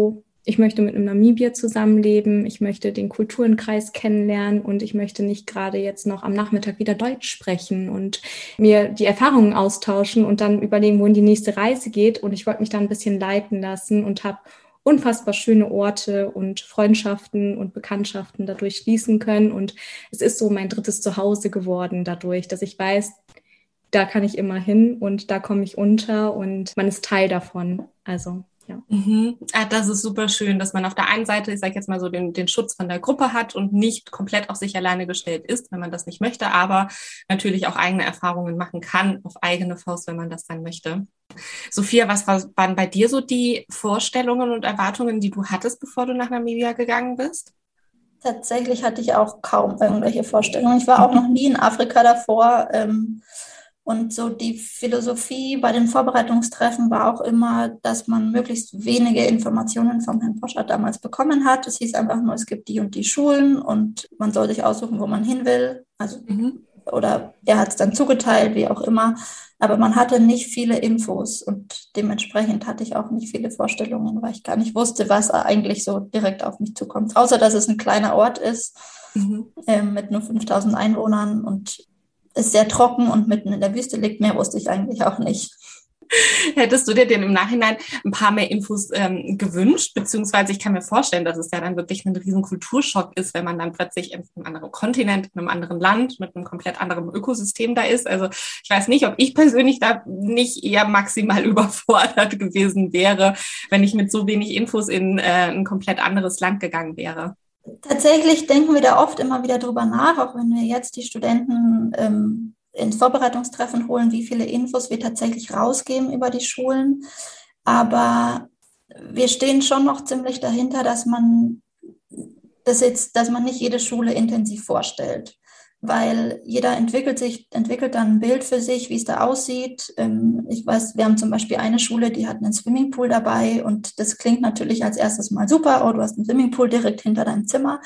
C: ich möchte mit einem Namibier zusammenleben, ich möchte den Kulturenkreis kennenlernen und ich möchte nicht gerade jetzt noch am Nachmittag wieder Deutsch sprechen und mir die Erfahrungen austauschen und dann überlegen, wohin die nächste Reise geht. Und ich wollte mich da ein bisschen leiten lassen und habe unfassbar schöne Orte und Freundschaften und Bekanntschaften dadurch schließen können. Und es ist so mein drittes Zuhause geworden dadurch, dass ich weiß, da kann ich immer hin und da komme ich unter und man ist Teil davon. Also ja.
A: Mhm. Ah, das ist super schön, dass man auf der einen Seite, ich sage jetzt mal so, den, den Schutz von der Gruppe hat und nicht komplett auf sich alleine gestellt ist, wenn man das nicht möchte, aber natürlich auch eigene Erfahrungen machen kann, auf eigene Faust, wenn man das dann möchte. Sophia, was waren bei dir so die Vorstellungen und Erwartungen, die du hattest, bevor du nach Namibia gegangen bist?
B: Tatsächlich hatte ich auch kaum irgendwelche Vorstellungen. Ich war auch noch nie in Afrika davor. Ähm, Und so die Philosophie bei den Vorbereitungstreffen war auch immer, dass man möglichst wenige Informationen vom Herrn Poschardt damals bekommen hat. Es hieß einfach nur, es gibt die und die Schulen und man soll sich aussuchen, wo man hin will. Also, mhm. Oder er hat es dann zugeteilt, wie auch immer. Aber man hatte nicht viele Infos und dementsprechend hatte ich auch nicht viele Vorstellungen, weil ich gar nicht wusste, was eigentlich so direkt auf mich zukommt. Außer, dass es ein kleiner Ort ist, mhm. äh, mit nur fünftausend Einwohnern und ist sehr trocken und mitten in der Wüste liegt. Mehr wusste ich eigentlich auch nicht.
A: Hättest du dir denn im Nachhinein ein paar mehr Infos ähm, gewünscht? Beziehungsweise ich kann mir vorstellen, dass es ja dann wirklich ein riesen Kulturschock ist, wenn man dann plötzlich in einem anderen Kontinent, in einem anderen Land, mit einem komplett anderen Ökosystem da ist. Also ich weiß nicht, ob ich persönlich da nicht eher maximal überfordert gewesen wäre, wenn ich mit so wenig Infos in äh, ein komplett anderes Land gegangen wäre.
B: Tatsächlich denken wir da oft immer wieder drüber nach, auch wenn wir jetzt die Studenten ähm, ins Vorbereitungstreffen holen, wie viele Infos wir tatsächlich rausgeben über die Schulen. Aber wir stehen schon noch ziemlich dahinter, dass man das jetzt, dass man nicht jede Schule intensiv vorstellt. Weil jeder entwickelt sich, entwickelt dann ein Bild für sich, wie es da aussieht. Ich weiß, wir haben zum Beispiel eine Schule, die hat einen Swimmingpool dabei und das klingt natürlich als erstes mal super. Oh, du hast einen Swimmingpool direkt hinter deinem Zimmer.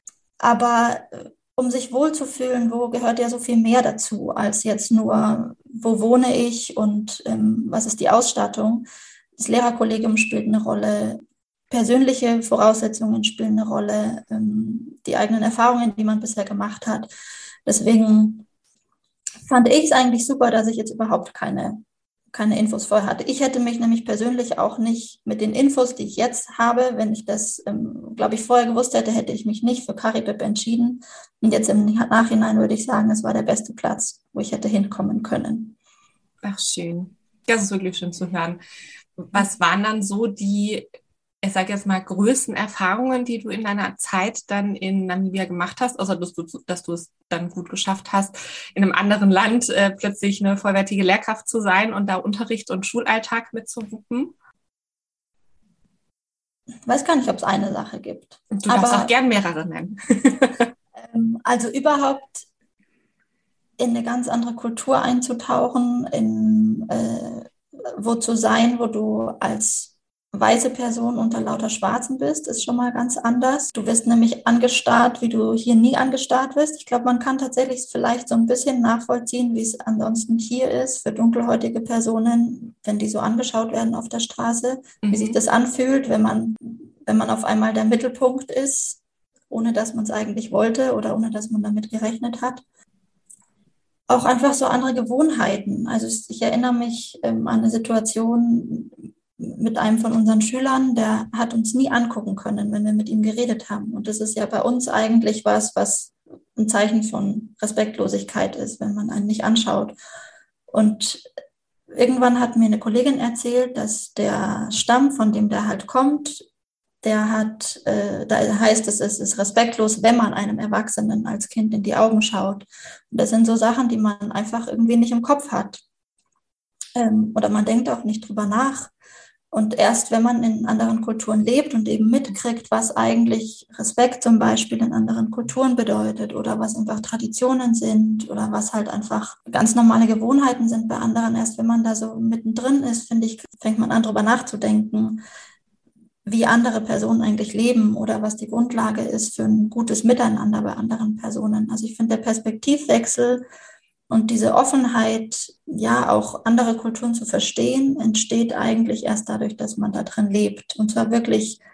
B: Aber um sich wohlzufühlen, wo gehört ja so viel mehr dazu, als jetzt nur, wo wohne ich und ähm, was ist die Ausstattung. Das Lehrerkollegium spielt eine Rolle. Persönliche Voraussetzungen spielen eine Rolle, ähm, die eigenen Erfahrungen, die man bisher gemacht hat. Deswegen fand ich es eigentlich super, dass ich jetzt überhaupt keine, keine Infos vorher hatte. Ich hätte mich nämlich persönlich auch nicht mit den Infos, die ich jetzt habe, wenn ich das, ähm, glaube ich, vorher gewusst hätte, hätte ich mich nicht für Karibib entschieden. Und jetzt im Nachhinein würde ich sagen, es war der beste Platz, wo ich hätte hinkommen können.
A: Ach, schön. Das ist wirklich schön zu hören. Was waren dann so die, ich sage jetzt mal, größten Erfahrungen, die du in deiner Zeit dann in Namibia gemacht hast, außer dass du, dass du es dann gut geschafft hast, in einem anderen Land äh, plötzlich eine vollwertige Lehrkraft zu sein und da Unterricht und Schulalltag mitzuwuppen?
B: Ich weiß gar nicht, ob es eine Sache gibt.
A: Du darfst auch gern mehrere nennen.
B: ähm, also überhaupt in eine ganz andere Kultur einzutauchen, in äh, wo zu sein, wo du als weiße Person unter lauter Schwarzen bist, ist schon mal ganz anders. Du wirst nämlich angestarrt, wie du hier nie angestarrt wirst. Ich glaube, man kann tatsächlich vielleicht so ein bisschen nachvollziehen, wie es ansonsten hier ist für dunkelhäutige Personen, wenn die so angeschaut werden auf der Straße, mhm. wie sich das anfühlt, wenn man, wenn man auf einmal der Mittelpunkt ist, ohne dass man es eigentlich wollte oder ohne dass man damit gerechnet hat. Auch einfach so andere Gewohnheiten. Also ich erinnere mich ähm, an eine Situation mit einem von unseren Schülern, der hat uns nie angucken können, wenn wir mit ihm geredet haben. Und das ist ja bei uns eigentlich was, was ein Zeichen von Respektlosigkeit ist, wenn man einen nicht anschaut. Und irgendwann hat mir eine Kollegin erzählt, dass der Stamm, von dem der halt kommt, der hat, äh, da heißt es, es ist respektlos, wenn man einem Erwachsenen als Kind in die Augen schaut. Und das sind so Sachen, die man einfach irgendwie nicht im Kopf hat. Ähm, oder man denkt auch nicht drüber nach. Und erst wenn man in anderen Kulturen lebt und eben mitkriegt, was eigentlich Respekt zum Beispiel in anderen Kulturen bedeutet oder was einfach Traditionen sind oder was halt einfach ganz normale Gewohnheiten sind bei anderen, erst wenn man da so mittendrin ist, finde ich, fängt man an, drüber nachzudenken, wie andere Personen eigentlich leben oder was die Grundlage ist für ein gutes Miteinander bei anderen Personen. Also ich finde, der Perspektivwechsel und diese Offenheit, ja, auch andere Kulturen zu verstehen, entsteht eigentlich erst dadurch, dass man da drin lebt. Und zwar wirklich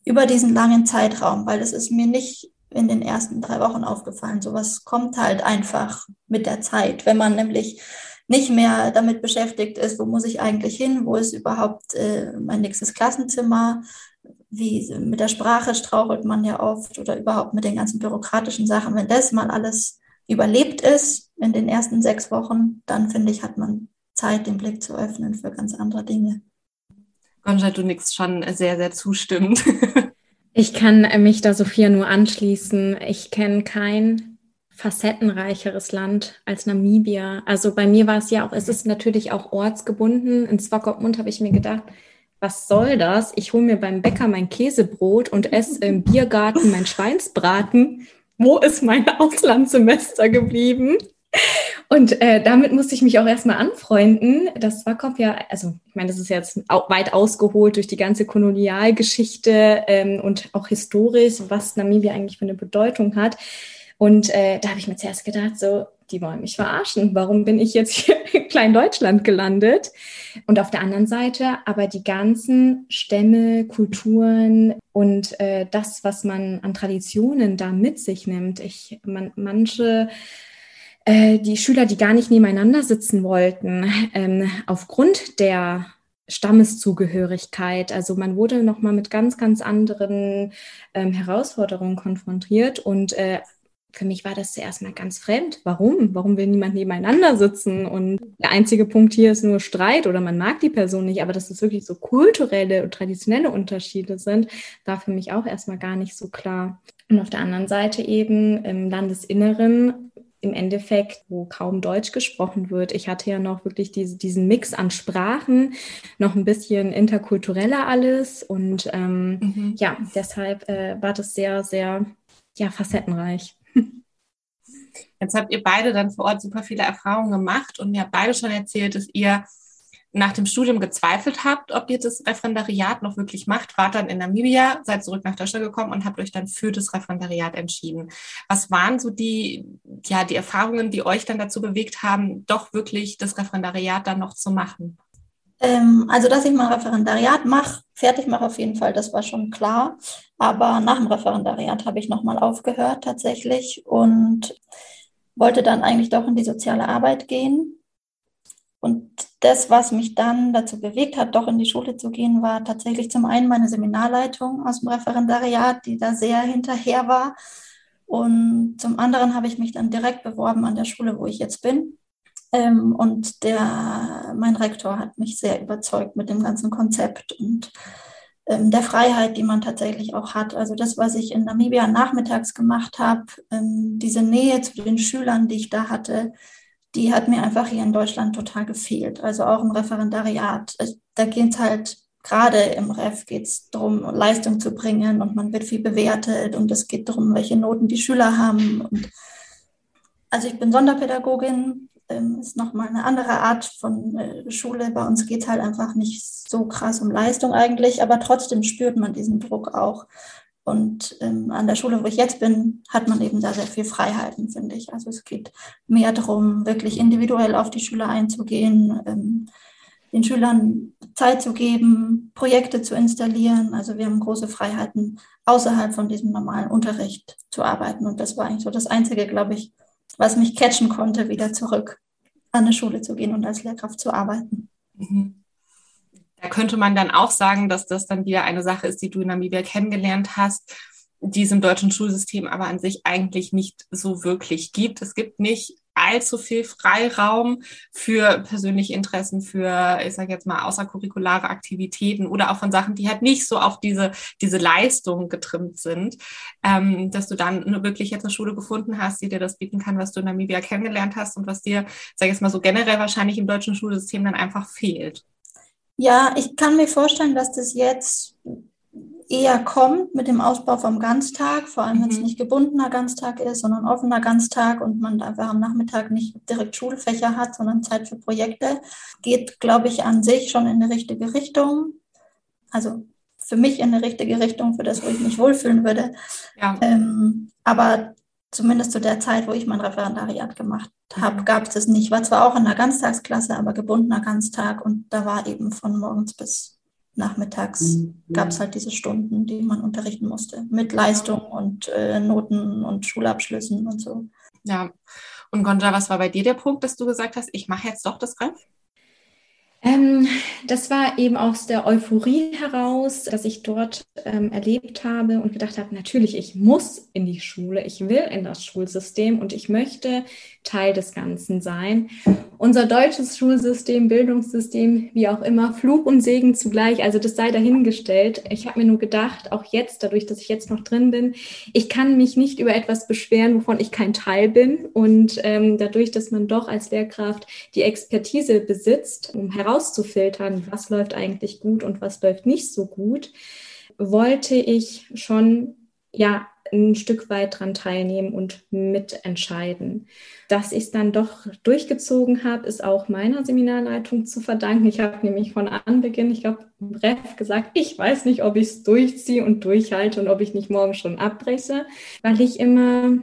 B: über diesen langen Zeitraum, weil es ist mir nicht in den ersten drei Wochen aufgefallen. Sowas kommt halt einfach mit der Zeit, wenn man nämlich nicht mehr damit beschäftigt ist, wo muss ich eigentlich hin, wo ist überhaupt äh, mein nächstes Klassenzimmer, wie mit der Sprache strauchelt man ja oft oder überhaupt mit den ganzen bürokratischen Sachen. Wenn das mal alles überlebt ist in den ersten sechs Wochen, dann finde ich, hat man Zeit, den Blick zu öffnen für ganz andere Dinge.
A: Gonja, du nickst schon sehr, sehr zustimmend.
C: Ich kann mich da Sophia nur anschließen. Ich kenne kein facettenreicheres Land als Namibia. Also bei mir war es ja auch, es ist natürlich auch ortsgebunden. In Swakopmund habe ich mir gedacht, was soll das? Ich hole mir beim Bäcker mein Käsebrot und esse im Biergarten mein Schweinsbraten. Wo ist mein Auslandssemester geblieben? Und äh, damit musste ich mich auch erstmal anfreunden. Das Swakop ja, also ich meine, das ist jetzt auch weit ausgeholt durch die ganze Kolonialgeschichte ähm, und auch historisch, was Namibia eigentlich für eine Bedeutung hat. Und äh, da habe ich mir zuerst gedacht, so, die wollen mich verarschen. Warum bin ich jetzt hier in Klein-Deutschland gelandet? Und auf der anderen Seite aber die ganzen Stämme, Kulturen und äh, das, was man an Traditionen da mit sich nimmt. Ich, man, manche, äh, die Schüler, die gar nicht nebeneinander sitzen wollten, ähm, aufgrund der Stammeszugehörigkeit. Also man wurde nochmal mit ganz, ganz anderen ähm, Herausforderungen konfrontiert und äh, für mich war das zuerst mal ganz fremd. Warum? Warum will niemand nebeneinander sitzen? Und der einzige Punkt hier ist nur Streit oder man mag die Person nicht, aber dass es wirklich so kulturelle und traditionelle Unterschiede sind, war für mich auch erstmal gar nicht so klar. Und auf der anderen Seite eben im Landesinneren, im Endeffekt, wo kaum Deutsch gesprochen wird. Ich hatte ja noch wirklich diese, diesen Mix an Sprachen, noch ein bisschen interkultureller alles. Und ähm, mhm. ja, deshalb äh, war das sehr, sehr ja, facettenreich.
A: Jetzt habt ihr beide dann vor Ort super viele Erfahrungen gemacht und ihr habt beide schon erzählt, dass ihr nach dem Studium gezweifelt habt, ob ihr das Referendariat noch wirklich macht, wart dann in Namibia, seid zurück nach Deutschland gekommen und habt euch dann für das Referendariat entschieden. Was waren so die, ja, die Erfahrungen, die euch dann dazu bewegt haben, doch wirklich das Referendariat dann noch zu machen?
B: Ähm, also, dass ich mal Referendariat mache, fertig mache auf jeden Fall, das war schon klar. Aber nach dem Referendariat habe ich nochmal aufgehört tatsächlich und wollte dann eigentlich doch in die soziale Arbeit gehen. Und das, was mich dann dazu bewegt hat, doch in die Schule zu gehen, war tatsächlich zum einen meine Seminarleitung aus dem Referendariat, die da sehr hinterher war. Und zum anderen habe ich mich dann direkt beworben an der Schule, wo ich jetzt bin. Ähm, und der, mein Rektor hat mich sehr überzeugt mit dem ganzen Konzept und ähm, der Freiheit, die man tatsächlich auch hat. Also das, was ich in Namibia nachmittags gemacht habe, ähm, diese Nähe zu den Schülern, die ich da hatte, die hat mir einfach hier in Deutschland total gefehlt. Also auch im Referendariat. Da geht es halt, gerade im Ref geht es darum, Leistung zu bringen und man wird viel bewertet und es geht darum, welche Noten die Schüler haben. Und also ich bin Sonderpädagogin, ähm, ist nochmal eine andere Art von äh, Schule. Bei uns geht es halt einfach nicht so krass um Leistung eigentlich, aber trotzdem spürt man diesen Druck auch. Und ähm, an der Schule, wo ich jetzt bin, hat man eben da sehr viel Freiheiten, finde ich. Also es geht mehr darum, wirklich individuell auf die Schüler einzugehen, ähm, den Schülern Zeit zu geben, Projekte zu installieren. Also wir haben große Freiheiten, außerhalb von diesem normalen Unterricht zu arbeiten. Und das war eigentlich so das Einzige, glaube ich, was mich catchen konnte, wieder zurück an eine Schule zu gehen und als Lehrkraft zu arbeiten.
A: Mhm. Da könnte man dann auch sagen, dass das dann wieder eine Sache ist, die du in Namibia kennengelernt hast, die es im deutschen Schulsystem aber an sich eigentlich nicht so wirklich gibt. Es gibt nicht allzu viel Freiraum für persönliche Interessen, für, ich sage jetzt mal, außercurriculare Aktivitäten oder auch von Sachen, die halt nicht so auf diese, diese Leistung getrimmt sind, ähm, dass du dann wirklich jetzt eine Schule gefunden hast, die dir das bieten kann, was du in Namibia kennengelernt hast und was dir, sage ich jetzt mal so generell wahrscheinlich im deutschen Schulsystem dann einfach fehlt.
B: Ja, ich kann mir vorstellen, dass das jetzt eher kommt mit dem Ausbau vom Ganztag, vor allem wenn es mhm. nicht gebundener Ganztag ist, sondern offener Ganztag und man einfach am Nachmittag nicht direkt Schulfächer hat, sondern Zeit für Projekte. Geht, glaube ich, an sich schon in die richtige Richtung. Also für mich in die richtige Richtung, für das, wo ich mich wohlfühlen würde. Ja. Ähm, aber zumindest zu der Zeit, wo ich mein Referendariat gemacht habe, mhm. gab es das nicht. War zwar auch in einer Ganztagsklasse, aber gebundener Ganztag und da war eben von morgens bis nachmittags mhm. gab es halt diese Stunden, die man unterrichten musste, mit Leistung und äh, Noten und Schulabschlüssen und so.
A: Ja, und Gonja, was war bei dir der Punkt, dass du gesagt hast, ich mache jetzt doch das Ref?
C: Ähm, das war eben aus der Euphorie heraus, dass ich dort ähm, erlebt habe und gedacht habe, natürlich, ich muss in die Schule, ich will in das Schulsystem und ich möchte Teil des Ganzen sein. Unser deutsches Schulsystem, Bildungssystem, wie auch immer, Fluch und Segen zugleich, also das sei dahingestellt. Ich habe mir nur gedacht, auch jetzt, dadurch, dass ich jetzt noch drin bin, ich kann mich nicht über etwas beschweren, wovon ich kein Teil bin. Und ähm, dadurch, dass man doch als Lehrkraft die Expertise besitzt, um herauszufiltern, was läuft eigentlich gut und was läuft nicht so gut, wollte ich schon, ja, ein Stück weit dran teilnehmen und mitentscheiden. Dass ich es dann doch durchgezogen habe, ist auch meiner Seminarleitung zu verdanken. Ich habe nämlich von Anbeginn, ich glaube, im Ref gesagt, ich weiß nicht, ob ich es durchziehe und durchhalte und ob ich nicht morgen schon abbreche, weil ich immer,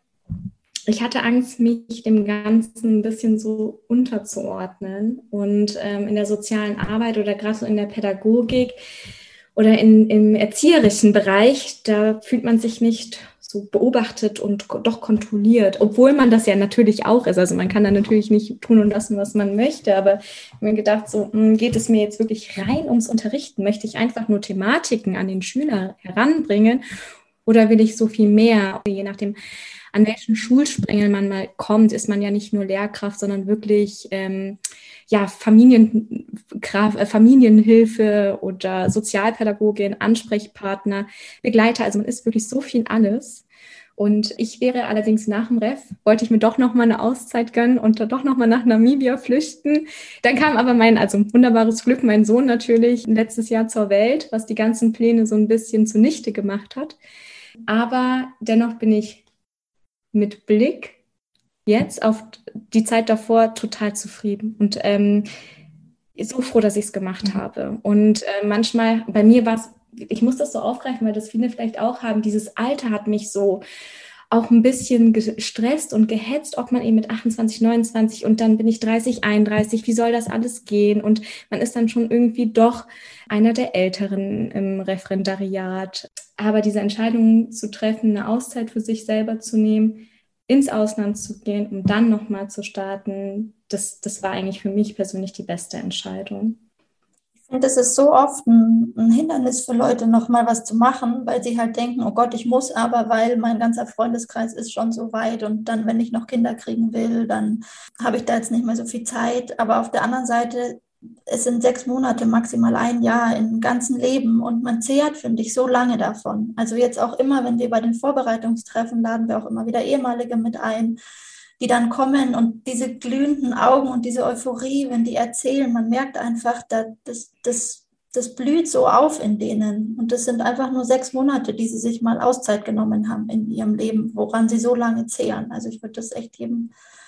C: ich hatte Angst, mich dem Ganzen ein bisschen so unterzuordnen. Und ähm, in der sozialen Arbeit oder gerade so in der Pädagogik oder in, im erzieherischen Bereich, da fühlt man sich nicht so beobachtet und doch kontrolliert, obwohl man das ja natürlich auch ist. Also man kann da natürlich nicht tun und lassen, was man möchte, aber ich habe mir gedacht, so geht es mir jetzt wirklich rein ums Unterrichten? Möchte ich einfach nur Thematiken an den Schüler heranbringen oder will ich so viel mehr? Je nachdem, an welchen Schulsprengeln man mal kommt, ist man ja nicht nur Lehrkraft, sondern wirklich ähm, ja, Familienkraft, äh, Familienhilfe oder Sozialpädagogin, Ansprechpartner, Begleiter. Also man ist wirklich so viel alles. Und ich wäre allerdings nach dem Ref, wollte ich mir doch nochmal eine Auszeit gönnen und doch nochmal nach Namibia flüchten. Dann kam aber mein, also wunderbares Glück, mein Sohn natürlich letztes Jahr zur Welt, was die ganzen Pläne so ein bisschen zunichte gemacht hat. Aber dennoch bin ich mit Blick jetzt auf die Zeit davor total zufrieden und ähm, so froh, dass ich es gemacht mhm. habe. Und äh, manchmal, bei mir war es, ich muss das so aufgreifen, weil das viele vielleicht auch haben, dieses Alter hat mich so auch ein bisschen gestresst und gehetzt, ob man eben mit achtundzwanzig, neunundzwanzig und dann bin ich dreißig, einunddreißig, wie soll das alles gehen? Und man ist dann schon irgendwie doch einer der Älteren im Referendariat. Aber diese Entscheidung zu treffen, eine Auszeit für sich selber zu nehmen, ins Ausland zu gehen, um dann nochmal zu starten, das, das war eigentlich für mich persönlich die beste Entscheidung.
B: Ich finde, das ist so oft ein, ein Hindernis für Leute, nochmal was zu machen, weil sie halt denken, oh Gott, ich muss aber, weil mein ganzer Freundeskreis ist schon so weit und dann, wenn ich noch Kinder kriegen will, dann habe ich da jetzt nicht mehr so viel Zeit. Aber auf der anderen Seite, es sind sechs Monate, maximal ein Jahr im ganzen Leben und man zehrt, finde ich, so lange davon. Also jetzt auch immer, wenn wir bei den Vorbereitungstreffen laden wir auch immer wieder Ehemalige mit ein, die dann kommen und diese glühenden Augen und diese Euphorie, wenn die erzählen, man merkt einfach, das, das, das blüht so auf in denen. Und das sind einfach nur sechs Monate, die sie sich mal Auszeit genommen haben in ihrem Leben, woran sie so lange zehren. Also ich würde das echt jedem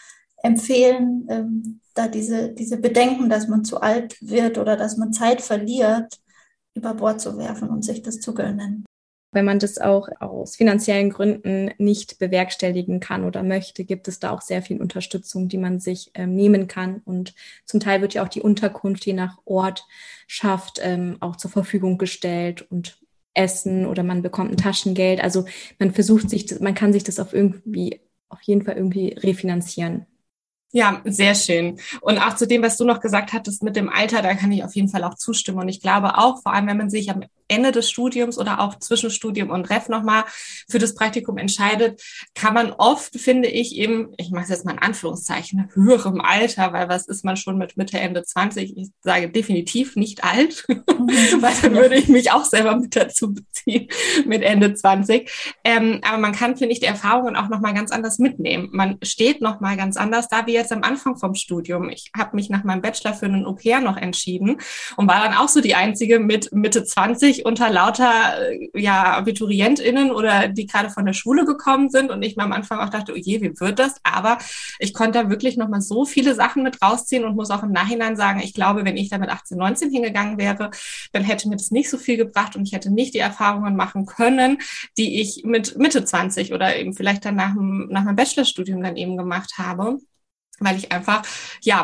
B: empfehlen, ähm, da diese, diese Bedenken, dass man zu alt wird oder dass man Zeit verliert, über Bord zu werfen und sich das zu gönnen.
C: Wenn man das auch aus finanziellen Gründen nicht bewerkstelligen kann oder möchte, gibt es da auch sehr viel Unterstützung, die man sich ähm, nehmen kann. Und zum Teil wird ja auch die Unterkunft je nach Ort schafft, ähm, auch zur Verfügung gestellt und Essen oder man bekommt ein Taschengeld. Also man versucht sich, man kann sich das auf irgendwie, auf jeden Fall irgendwie refinanzieren.
A: Ja, sehr schön. Und auch zu dem, was du noch gesagt hattest mit dem Alter, da kann ich auf jeden Fall auch zustimmen. Und ich glaube auch, vor allem wenn man sich am Ende des Studiums oder auch zwischen Studium und Ref nochmal für das Praktikum entscheidet, kann man oft, finde ich, eben, ich mache es jetzt mal in Anführungszeichen, höherem Alter, weil was ist man schon mit Mitte, Ende zwanzig? Ich sage definitiv nicht alt, weil dann würde ich mich auch selber mit dazu beziehen, mit Ende zwanzig. Ähm, aber man kann, finde ich, die Erfahrungen auch nochmal ganz anders mitnehmen. Man steht nochmal ganz anders da, wie jetzt am Anfang vom Studium. Ich habe mich nach meinem Bachelor für einen Au-pair noch entschieden und war dann auch so die Einzige mit Mitte zwanzig unter lauter ja, AbiturientInnen oder die gerade von der Schule gekommen sind und ich mir am Anfang auch dachte, oh je, wie wird das? Aber ich konnte da wirklich nochmal so viele Sachen mit rausziehen und muss auch im Nachhinein sagen, ich glaube, wenn ich da mit achtzehn, neunzehn hingegangen wäre, dann hätte mir das nicht so viel gebracht und ich hätte nicht die Erfahrungen machen können, die ich mit Mitte zwanzig oder eben vielleicht dann nach, dem, nach meinem Bachelorstudium dann eben gemacht habe, weil ich einfach, ja,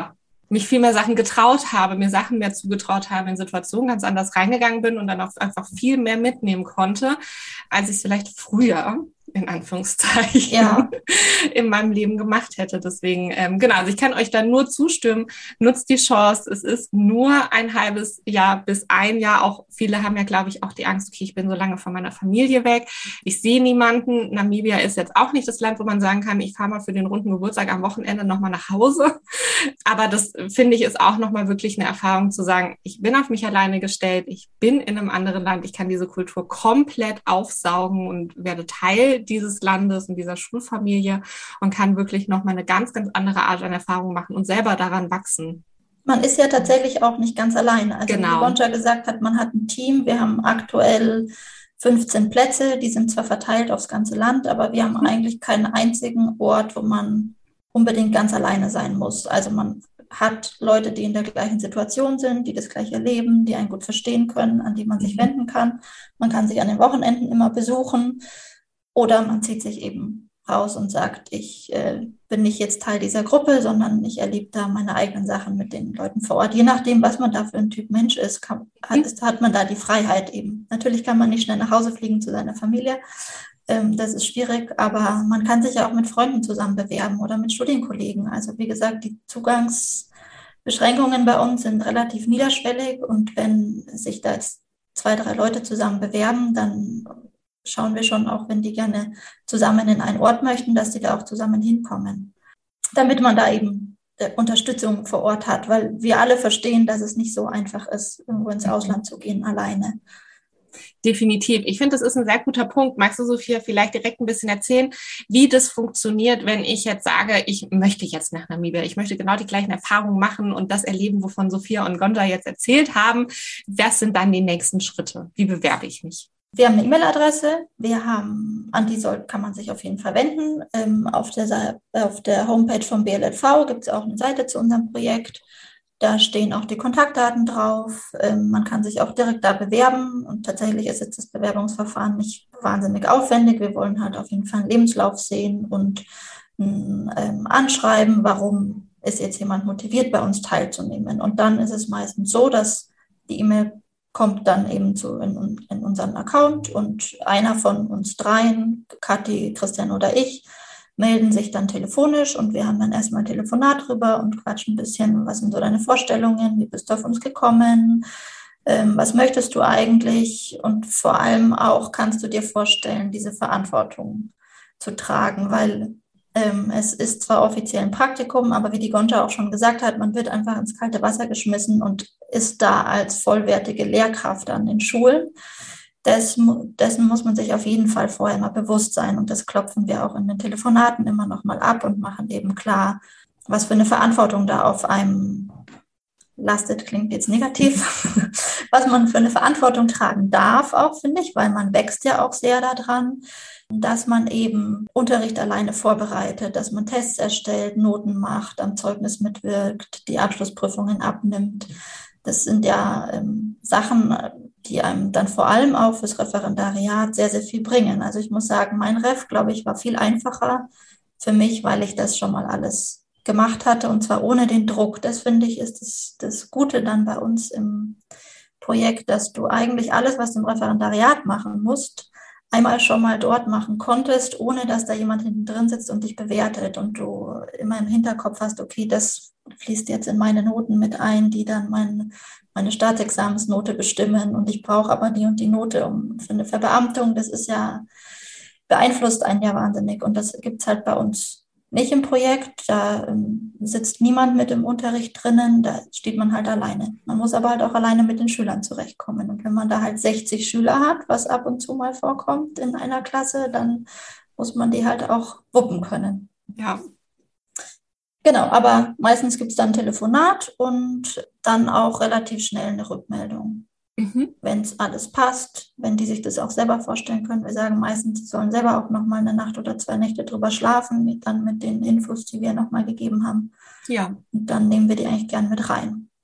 A: mich viel mehr Sachen getraut habe, mir Sachen mehr zugetraut habe, in Situationen ganz anders reingegangen bin und dann auch einfach viel mehr mitnehmen konnte, als ich es vielleicht früher, in Anführungszeichen, ja. in meinem Leben gemacht hätte. Deswegen, ähm, genau, also ich kann euch da nur zustimmen, nutzt die Chance. Es ist nur ein halbes Jahr bis ein Jahr. Auch viele haben ja, glaube ich, auch die Angst, okay, ich bin so lange von meiner Familie weg. Ich sehe niemanden. Namibia ist jetzt auch nicht das Land, wo man sagen kann, ich fahre mal für den runden Geburtstag am Wochenende nochmal nach Hause. Aber das, finde ich, ist auch nochmal wirklich eine Erfahrung zu sagen, ich bin auf mich alleine gestellt, ich bin in einem anderen Land, ich kann diese Kultur komplett aufsaugen und werde Teil dieses Landes und dieser Schulfamilie und kann wirklich nochmal eine ganz, ganz andere Art an Erfahrung machen und selber daran wachsen.
B: Man ist ja tatsächlich auch nicht ganz alleine. Also genau. Wie Gonca gesagt hat, man hat ein Team. Wir haben aktuell fünfzehn Plätze, die sind zwar verteilt aufs ganze Land, aber wir haben eigentlich keinen einzigen Ort, wo man unbedingt ganz alleine sein muss. Also man hat Leute, die in der gleichen Situation sind, die das gleiche erleben, die einen gut verstehen können, an die man sich wenden kann. Man kann sich an den Wochenenden immer besuchen. Oder man zieht sich eben raus und sagt, ich äh, bin nicht jetzt Teil dieser Gruppe, sondern ich erlebe da meine eigenen Sachen mit den Leuten vor Ort. Je nachdem, was man da für ein Typ Mensch ist, kann, hat, ist, hat man da die Freiheit eben. Natürlich kann man nicht schnell nach Hause fliegen zu seiner Familie. Ähm, das ist schwierig, aber man kann sich ja auch mit Freunden zusammen bewerben oder mit Studienkollegen. Also wie gesagt, die Zugangsbeschränkungen bei uns sind relativ niederschwellig und wenn sich da jetzt zwei, drei Leute zusammen bewerben, dann schauen wir schon auch, wenn die gerne zusammen in einen Ort möchten, dass die da auch zusammen hinkommen, damit man da eben Unterstützung vor Ort hat, weil wir alle verstehen, dass es nicht so einfach ist, irgendwo ins Ausland zu gehen alleine.
A: Definitiv. Ich finde, das ist ein sehr guter Punkt. Magst du, Sophia, vielleicht direkt ein bisschen erzählen, wie das funktioniert, wenn ich jetzt sage, ich möchte jetzt nach Namibia, ich möchte genau die gleichen Erfahrungen machen und das erleben, wovon Sophia und Gonca jetzt erzählt haben. Was sind dann die nächsten Schritte? Wie bewerbe ich mich?
B: Wir haben eine E-Mail-Adresse, wir haben, an die soll, kann man sich auf jeden Fall wenden. Ähm, auf der, auf der Homepage vom B L L V gibt es auch eine Seite zu unserem Projekt. Da stehen auch die Kontaktdaten drauf. Ähm, man kann sich auch direkt da bewerben und tatsächlich ist jetzt das Bewerbungsverfahren nicht wahnsinnig aufwendig. Wir wollen halt auf jeden Fall einen Lebenslauf sehen und ein ähm, Anschreiben, warum ist jetzt jemand motiviert, bei uns teilzunehmen. Und dann ist es meistens so, dass die E-Mail kommt dann eben zu in, in unseren Account und einer von uns dreien, Kathi, Christian oder ich, melden sich dann telefonisch und wir haben dann erstmal ein Telefonat drüber und quatschen ein bisschen, was sind so deine Vorstellungen, wie bist du auf uns gekommen, ähm, was möchtest du eigentlich und vor allem auch kannst du dir vorstellen, diese Verantwortung zu tragen, weil ähm, es ist zwar offiziell ein Praktikum, aber wie die Gonca auch schon gesagt hat, man wird einfach ins kalte Wasser geschmissen und ist da als vollwertige Lehrkraft an den Schulen. Des, dessen muss man sich auf jeden Fall vorher mal bewusst sein und das klopfen wir auch in den Telefonaten immer noch mal ab und machen eben klar, was für eine Verantwortung da auf einem lastet, klingt jetzt negativ, was man für eine Verantwortung tragen darf auch, finde ich, weil man wächst ja auch sehr daran, dass man eben Unterricht alleine vorbereitet, dass man Tests erstellt, Noten macht, am Zeugnis mitwirkt, die Abschlussprüfungen abnimmt. Das sind ja ähm, Sachen, die einem dann vor allem auch fürs Referendariat sehr, sehr viel bringen. Also ich muss sagen, mein Ref, glaube ich, war viel einfacher für mich, weil ich das schon mal alles gemacht hatte und zwar ohne den Druck. Das finde ich ist das, das Gute dann bei uns im Projekt, dass du eigentlich alles, was du im Referendariat machen musst, einmal schon mal dort machen konntest, ohne dass da jemand hinten drin sitzt und dich bewertet und du immer im Hinterkopf hast, okay, das fließt jetzt in meine Noten mit ein, die dann mein, meine Staatsexamensnote bestimmen und ich brauche aber die und die Note um, für eine Verbeamtung. Das ist ja, beeinflusst einen ja wahnsinnig und das gibt es halt bei uns nicht im Projekt. Da ähm, sitzt niemand mit im Unterricht drinnen, da steht man halt alleine. Man muss aber halt auch alleine mit den Schülern zurechtkommen. Und wenn man da halt sechzig Schüler hat, was ab und zu mal vorkommt in einer Klasse, dann muss man die halt auch wuppen können.
A: Ja.
B: Genau, aber meistens gibt es dann ein Telefonat und dann auch relativ schnell eine Rückmeldung. Mhm. Wenn es alles passt, wenn die sich das auch selber vorstellen können. Wir sagen meistens, sie sollen selber auch nochmal eine Nacht oder zwei Nächte drüber schlafen, mit, dann mit den Infos, die wir nochmal gegeben haben.
A: Ja.
B: Und dann nehmen wir die eigentlich gern mit rein.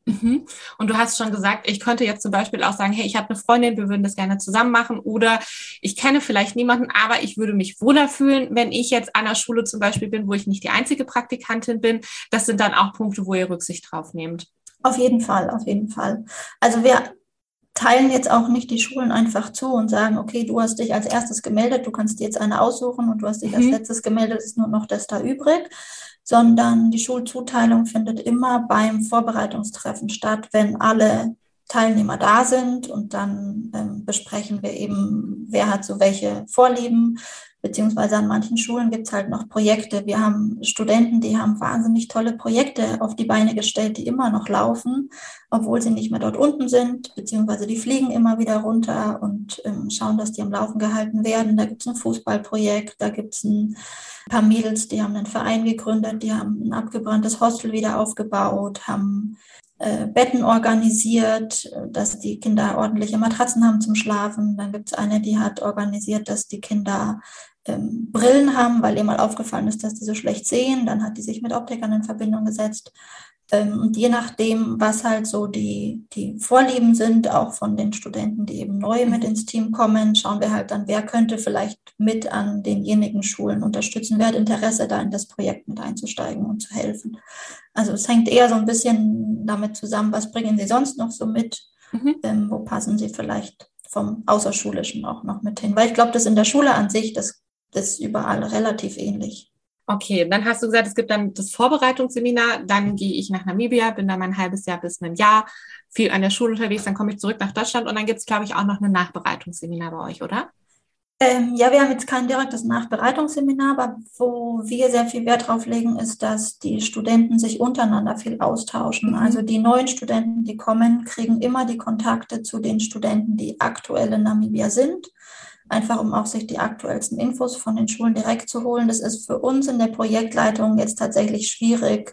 A: Mhm. Und du hast schon gesagt, ich könnte jetzt zum Beispiel auch sagen, hey, ich habe eine Freundin, wir würden das gerne zusammen machen, oder ich kenne vielleicht niemanden, aber ich würde mich wohler fühlen, wenn ich jetzt an einer Schule zum Beispiel bin, wo ich nicht die einzige Praktikantin bin. Das sind dann auch Punkte, wo ihr Rücksicht drauf nehmt.
B: Auf jeden Fall, auf jeden Fall. Also wir teilen jetzt auch nicht die Schulen einfach zu und sagen, okay, du hast dich als erstes gemeldet, du kannst dir jetzt eine aussuchen, und du hast dich mhm. als letztes gemeldet, ist nur noch das da übrig, sondern die Schulzuteilung findet immer beim Vorbereitungstreffen statt, wenn alle Teilnehmer da sind, und dann ähm, besprechen wir eben, wer hat so welche Vorlieben, beziehungsweise an manchen Schulen gibt es halt noch Projekte. Wir haben Studenten, die haben wahnsinnig tolle Projekte auf die Beine gestellt, die immer noch laufen, obwohl sie nicht mehr dort unten sind, beziehungsweise die fliegen immer wieder runter und ähm, schauen, dass die am Laufen gehalten werden. Da gibt es ein Fußballprojekt, da gibt es ein paar Mädels, die haben einen Verein gegründet, die haben ein abgebranntes Hostel wieder aufgebaut, haben äh, Betten organisiert, dass die Kinder ordentliche Matratzen haben zum Schlafen. Dann gibt es eine, die hat organisiert, dass die Kinder ähm, Brillen haben, weil ihr mal aufgefallen ist, dass die so schlecht sehen. Dann hat die sich mit Optikern in Verbindung gesetzt. Ähm, und je nachdem, was halt so die, die Vorlieben sind, auch von den Studenten, die eben neu mit ins Team kommen, schauen wir halt dann, wer könnte vielleicht mit an denjenigen Schulen unterstützen, wer hat Interesse, da in das Projekt mit einzusteigen und zu helfen. Also es hängt eher so ein bisschen damit zusammen, was bringen sie sonst noch so mit, mhm. ähm, wo passen sie vielleicht vom Außerschulischen auch noch mit hin. Weil ich glaube, das in der Schule an sich, das, das ist überall relativ ähnlich.
A: Okay, dann hast du gesagt, es gibt dann das Vorbereitungsseminar, dann gehe ich nach Namibia, bin da mein halbes Jahr bis ein Jahr, viel an der Schule unterwegs, dann komme ich zurück nach Deutschland, und dann gibt es, glaube ich, auch noch ein Nachbereitungsseminar bei euch, oder?
B: Ähm, ja, wir haben jetzt kein direktes Nachbereitungsseminar, aber wo wir sehr viel Wert drauf legen, ist, dass die Studenten sich untereinander viel austauschen. Mhm. Also die neuen Studenten, die kommen, kriegen immer die Kontakte zu den Studenten, die aktuell in Namibia sind. Einfach um auch sich die aktuellsten Infos von den Schulen direkt zu holen. Das ist für uns in der Projektleitung jetzt tatsächlich schwierig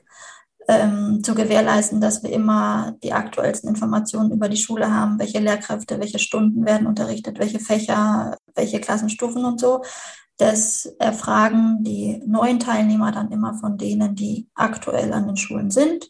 B: ähm, zu gewährleisten, dass wir immer die aktuellsten Informationen über die Schule haben, welche Lehrkräfte, welche Stunden werden unterrichtet, welche Fächer, welche Klassenstufen und so. Das erfragen die neuen Teilnehmer dann immer von denen, die aktuell an den Schulen sind.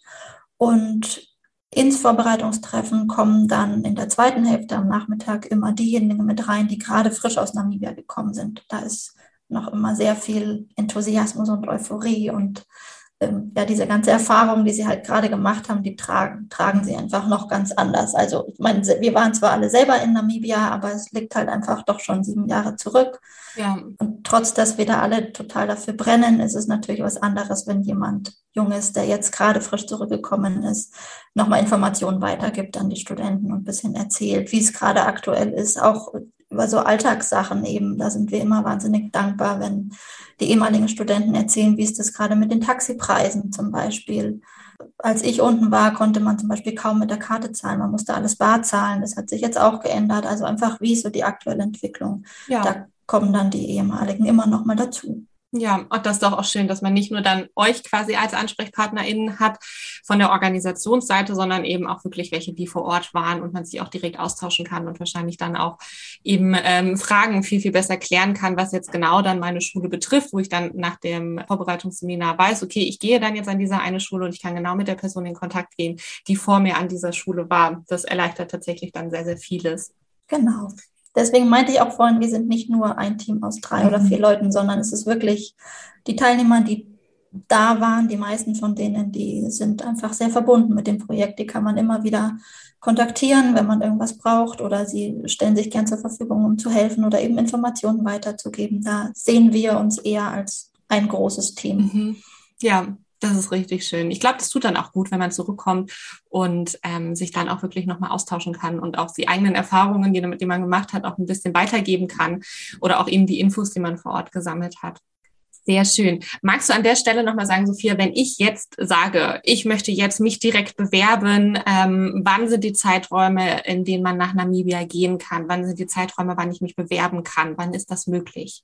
B: Und ins Vorbereitungstreffen kommen dann in der zweiten Hälfte am Nachmittag immer diejenigen mit rein, die gerade frisch aus Namibia gekommen sind. Da ist noch immer sehr viel Enthusiasmus und Euphorie, und ähm, ja, diese ganze Erfahrung, die sie halt gerade gemacht haben, die tragen, tragen sie einfach noch ganz anders. Also ich meine, wir waren zwar alle selber in Namibia, aber es liegt halt einfach doch schon sieben Jahre zurück. Ja. Und trotz, dass wir da alle total dafür brennen, ist es natürlich was anderes, wenn jemand Junges, der jetzt gerade frisch zurückgekommen ist, nochmal Informationen weitergibt an die Studenten und ein bisschen erzählt, wie es gerade aktuell ist, auch über so Alltagssachen eben. Da sind wir immer wahnsinnig dankbar, wenn die ehemaligen Studenten erzählen, wie ist das gerade mit den Taxipreisen zum Beispiel. Als ich unten war, konnte man zum Beispiel kaum mit der Karte zahlen, man musste alles bar zahlen. Das hat sich jetzt auch geändert. Also einfach, wie ist so die aktuelle Entwicklung. Ja. Da kommen dann die ehemaligen immer noch mal dazu.
A: Ja, und das ist doch auch schön, dass man nicht nur dann euch quasi als AnsprechpartnerInnen hat von der Organisationsseite, sondern eben auch wirklich welche, die vor Ort waren, und man sich auch direkt austauschen kann und wahrscheinlich dann auch eben ähm, Fragen viel, viel besser klären kann, was jetzt genau dann meine Schule betrifft, wo ich dann nach dem Vorbereitungsseminar weiß, okay, ich gehe dann jetzt an diese eine Schule und ich kann genau mit der Person in Kontakt gehen, die vor mir an dieser Schule war. Das erleichtert tatsächlich dann sehr, sehr vieles.
B: Genau. Deswegen meinte ich auch vorhin, wir sind nicht nur ein Team aus drei mhm. oder vier Leuten, sondern es ist wirklich die Teilnehmer, die da waren, die meisten von denen, die sind einfach sehr verbunden mit dem Projekt. Die kann man immer wieder kontaktieren, wenn man irgendwas braucht, oder sie stellen sich gern zur Verfügung, um zu helfen oder eben Informationen weiterzugeben. Da sehen wir uns eher als ein großes Team.
A: Mhm. Ja. Das ist richtig schön. Ich glaube, das tut dann auch gut, wenn man zurückkommt und ähm, sich dann auch wirklich nochmal austauschen kann und auch die eigenen Erfahrungen, die, die man gemacht hat, auch ein bisschen weitergeben kann, oder auch eben die Infos, die man vor Ort gesammelt hat. Sehr schön. Magst du an der Stelle nochmal sagen, Sophia, wenn ich jetzt sage, ich möchte jetzt mich direkt bewerben, ähm, wann sind die Zeiträume, in denen man nach Namibia gehen kann? Wann sind die Zeiträume, wann ich mich bewerben kann? Wann ist das möglich?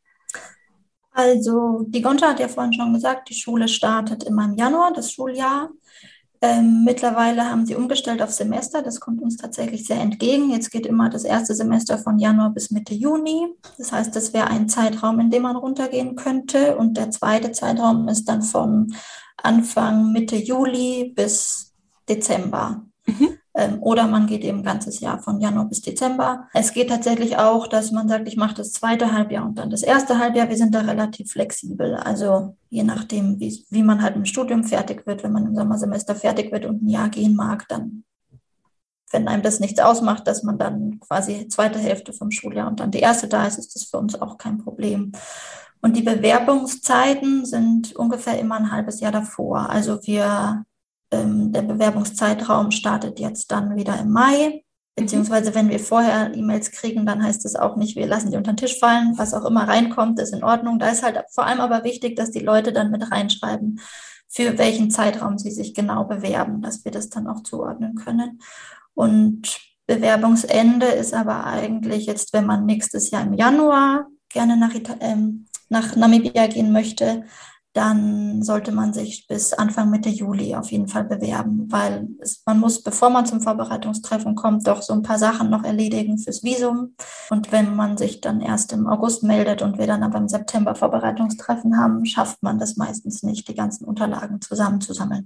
B: Also die Gonta hat ja vorhin schon gesagt, die Schule startet immer im Januar, das Schuljahr. Ähm, mittlerweile haben sie umgestellt auf Semester, das kommt uns tatsächlich sehr entgegen. Jetzt geht immer das erste Semester von Januar bis Mitte Juni. Das heißt, das wäre ein Zeitraum, in dem man runtergehen könnte. Und der zweite Zeitraum ist dann von Anfang Mitte Juli bis Dezember. Mhm. Ähm, oder man geht eben ein ganzes Jahr von Januar bis Dezember. Es geht tatsächlich auch, dass man sagt, ich mache das zweite Halbjahr und dann das erste Halbjahr. Wir sind da relativ flexibel. Also je nachdem, wie, wie man halt im Studium fertig wird. Wenn man im Sommersemester fertig wird und ein Jahr gehen mag, dann, wenn einem das nichts ausmacht, dass man dann quasi zweite Hälfte vom Schuljahr und dann die erste da ist, ist das für uns auch kein Problem. Und die Bewerbungszeiten sind ungefähr immer ein halbes Jahr davor. Also wir, ähm, der Bewerbungszeitraum startet jetzt dann wieder im Mai. Beziehungsweise wenn wir vorher E-Mails kriegen, dann heißt es auch nicht, wir lassen die unter den Tisch fallen. Was auch immer reinkommt, ist in Ordnung. Da ist halt vor allem aber wichtig, dass die Leute dann mit reinschreiben, für welchen Zeitraum sie sich genau bewerben, dass wir das dann auch zuordnen können. Und Bewerbungsende ist aber eigentlich jetzt, wenn man nächstes Jahr im Januar gerne nach, ähm, nach Namibia gehen möchte, dann sollte man sich bis Anfang Mitte Juli auf jeden Fall bewerben, weil es, man muss, bevor man zum Vorbereitungstreffen kommt, doch so ein paar Sachen noch erledigen fürs Visum. Und wenn man sich dann erst im August meldet und wir dann aber im September Vorbereitungstreffen haben, schafft man das meistens nicht, die ganzen Unterlagen zusammenzusammeln.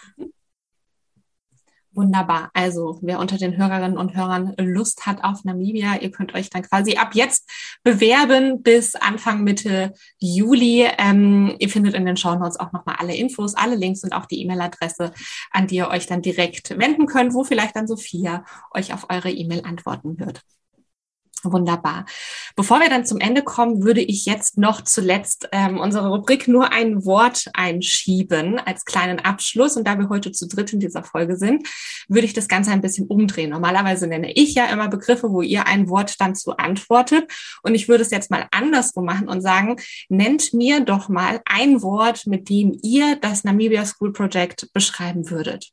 A: Wunderbar. Also wer unter den Hörerinnen und Hörern Lust hat auf Namibia, ihr könnt euch dann quasi ab jetzt bewerben bis Anfang Mitte Juli. Ähm, ihr findet in den Shownotes auch nochmal alle Infos, alle Links und auch die E-Mail-Adresse, an die ihr euch dann direkt wenden könnt, wo vielleicht dann Sophia euch auf eure E-Mail antworten wird. Wunderbar. Bevor wir dann zum Ende kommen, würde ich jetzt noch zuletzt ähm, unsere Rubrik nur ein Wort einschieben als kleinen Abschluss. Und da wir heute zu dritt in dieser Folge sind, würde ich das Ganze ein bisschen umdrehen. Normalerweise nenne ich ja immer Begriffe, wo ihr ein Wort dann zu antwortet. Und ich würde es jetzt mal andersrum machen und sagen, nennt mir doch mal ein Wort, mit dem ihr das Namibia School Project beschreiben würdet.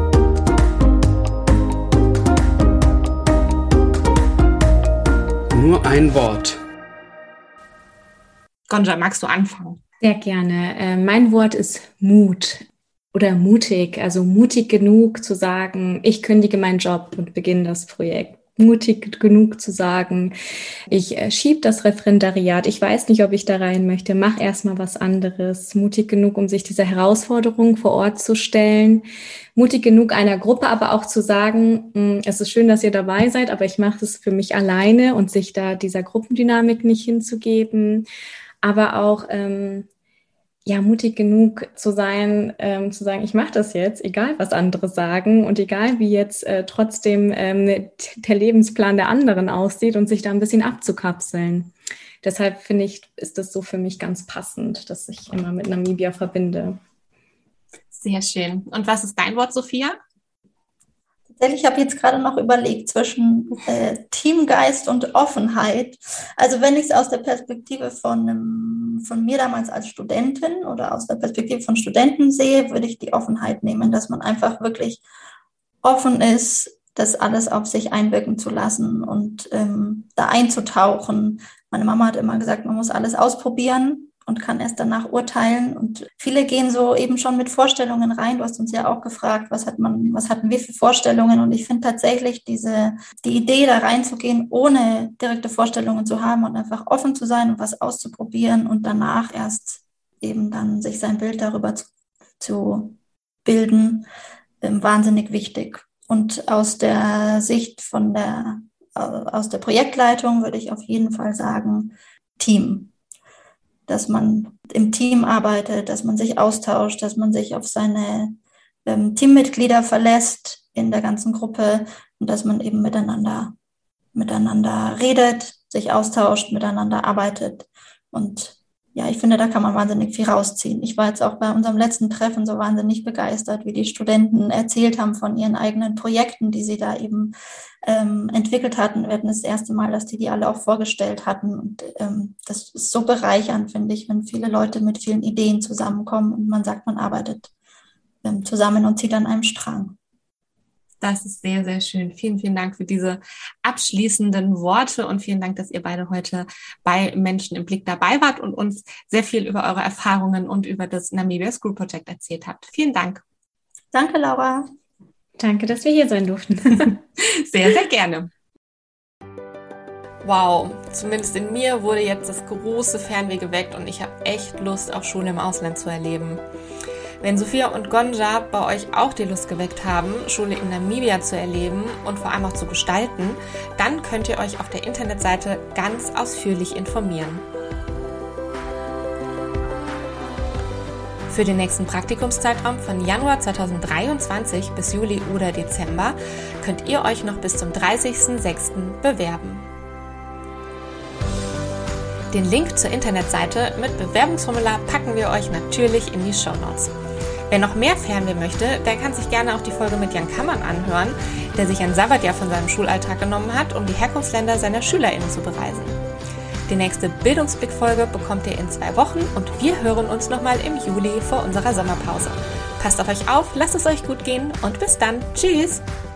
D: Nur ein Wort.
A: Gonja, magst du anfangen?
C: Sehr gerne. Äh, mein Wort ist Mut oder mutig. Also mutig genug zu sagen, ich kündige meinen Job und beginne das Projekt. Mutig genug zu sagen, ich äh, schiebe das Referendariat, ich weiß nicht, ob ich da rein möchte, mach erstmal was anderes. Mutig genug, um sich dieser Herausforderung vor Ort zu stellen. Mutig genug, einer Gruppe aber auch zu sagen, es ist schön, dass ihr dabei seid, aber ich mache es für mich alleine und sich da dieser Gruppendynamik nicht hinzugeben. Aber auch ähm, ja, mutig genug zu sein, ähm, zu sagen, ich mache das jetzt, egal was andere sagen und egal wie jetzt äh, trotzdem ähm, der Lebensplan der anderen aussieht und sich da ein bisschen abzukapseln. Deshalb finde ich, ist das so für mich ganz passend, dass ich immer mit Namibia verbinde.
A: Sehr schön. Und was ist dein Wort, Sophia?
B: Ich habe jetzt gerade noch überlegt zwischen äh, Teamgeist und Offenheit. Also wenn ich es aus der Perspektive von, einem, von mir damals als Studentin oder aus der Perspektive von Studenten sehe, würde ich die Offenheit nehmen, dass man einfach wirklich offen ist, das alles auf sich einwirken zu lassen und ähm, da einzutauchen. Meine Mama hat immer gesagt, man muss alles ausprobieren und kann erst danach urteilen. Und viele gehen so eben schon mit Vorstellungen rein. Du hast uns ja auch gefragt, was hat man, was hatten wir für Vorstellungen? Und ich finde tatsächlich diese, die Idee, da reinzugehen, ohne direkte Vorstellungen zu haben und einfach offen zu sein und was auszuprobieren und danach erst eben dann sich sein Bild darüber zu, zu bilden, ähm, wahnsinnig wichtig. Und aus der Sicht von der, aus der Projektleitung würde ich auf jeden Fall sagen, Team. Dass man im Team arbeitet, dass man sich austauscht, dass man sich auf seine ähm, Teammitglieder verlässt in der ganzen Gruppe und dass man eben miteinander, miteinander redet, sich austauscht, miteinander arbeitet. Und ja, ich finde, da kann man wahnsinnig viel rausziehen. Ich war jetzt auch bei unserem letzten Treffen so wahnsinnig begeistert, wie die Studenten erzählt haben von ihren eigenen Projekten, die sie da eben ähm, entwickelt hatten. Wir hatten das erste Mal, dass die die alle auch vorgestellt hatten. Und ähm, das ist so bereichernd, finde ich, wenn viele Leute mit vielen Ideen zusammenkommen und man sagt, man arbeitet ähm, zusammen und zieht an einem Strang.
A: Das ist sehr, sehr schön. Vielen, vielen Dank für diese abschließenden Worte und vielen Dank, dass ihr beide heute bei Menschen im Blick dabei wart und uns sehr viel über eure Erfahrungen und über das Namibia School Project erzählt habt. Vielen Dank.
B: Danke, Laura.
C: Danke, dass wir hier sein durften.
A: Sehr, sehr gerne. Wow, zumindest in mir wurde jetzt das große Fernweh geweckt und ich habe echt Lust, auch Schule im Ausland zu erleben. Wenn Sophia und Gonja bei euch auch die Lust geweckt haben, Schule in Namibia zu erleben und vor allem auch zu gestalten, dann könnt ihr euch auf der Internetseite ganz ausführlich informieren. Für den nächsten Praktikumszeitraum von Januar zweitausenddreiundzwanzig bis Juli oder Dezember könnt ihr euch noch bis zum dreißigsten sechsten bewerben. Den Link zur Internetseite mit Bewerbungsformular packen wir euch natürlich in die Shownotes. Wer noch mehr Fernweh möchte, der kann sich gerne auch die Folge mit Jan Kammann anhören, der sich ein Sabbatjahr von seinem Schulalltag genommen hat, um die Herkunftsländer seiner SchülerInnen zu bereisen. Die nächste Bildungsblick-Folge bekommt ihr in zwei Wochen und wir hören uns nochmal im Juli vor unserer Sommerpause. Passt auf euch auf, lasst es euch gut gehen und bis dann. Tschüss!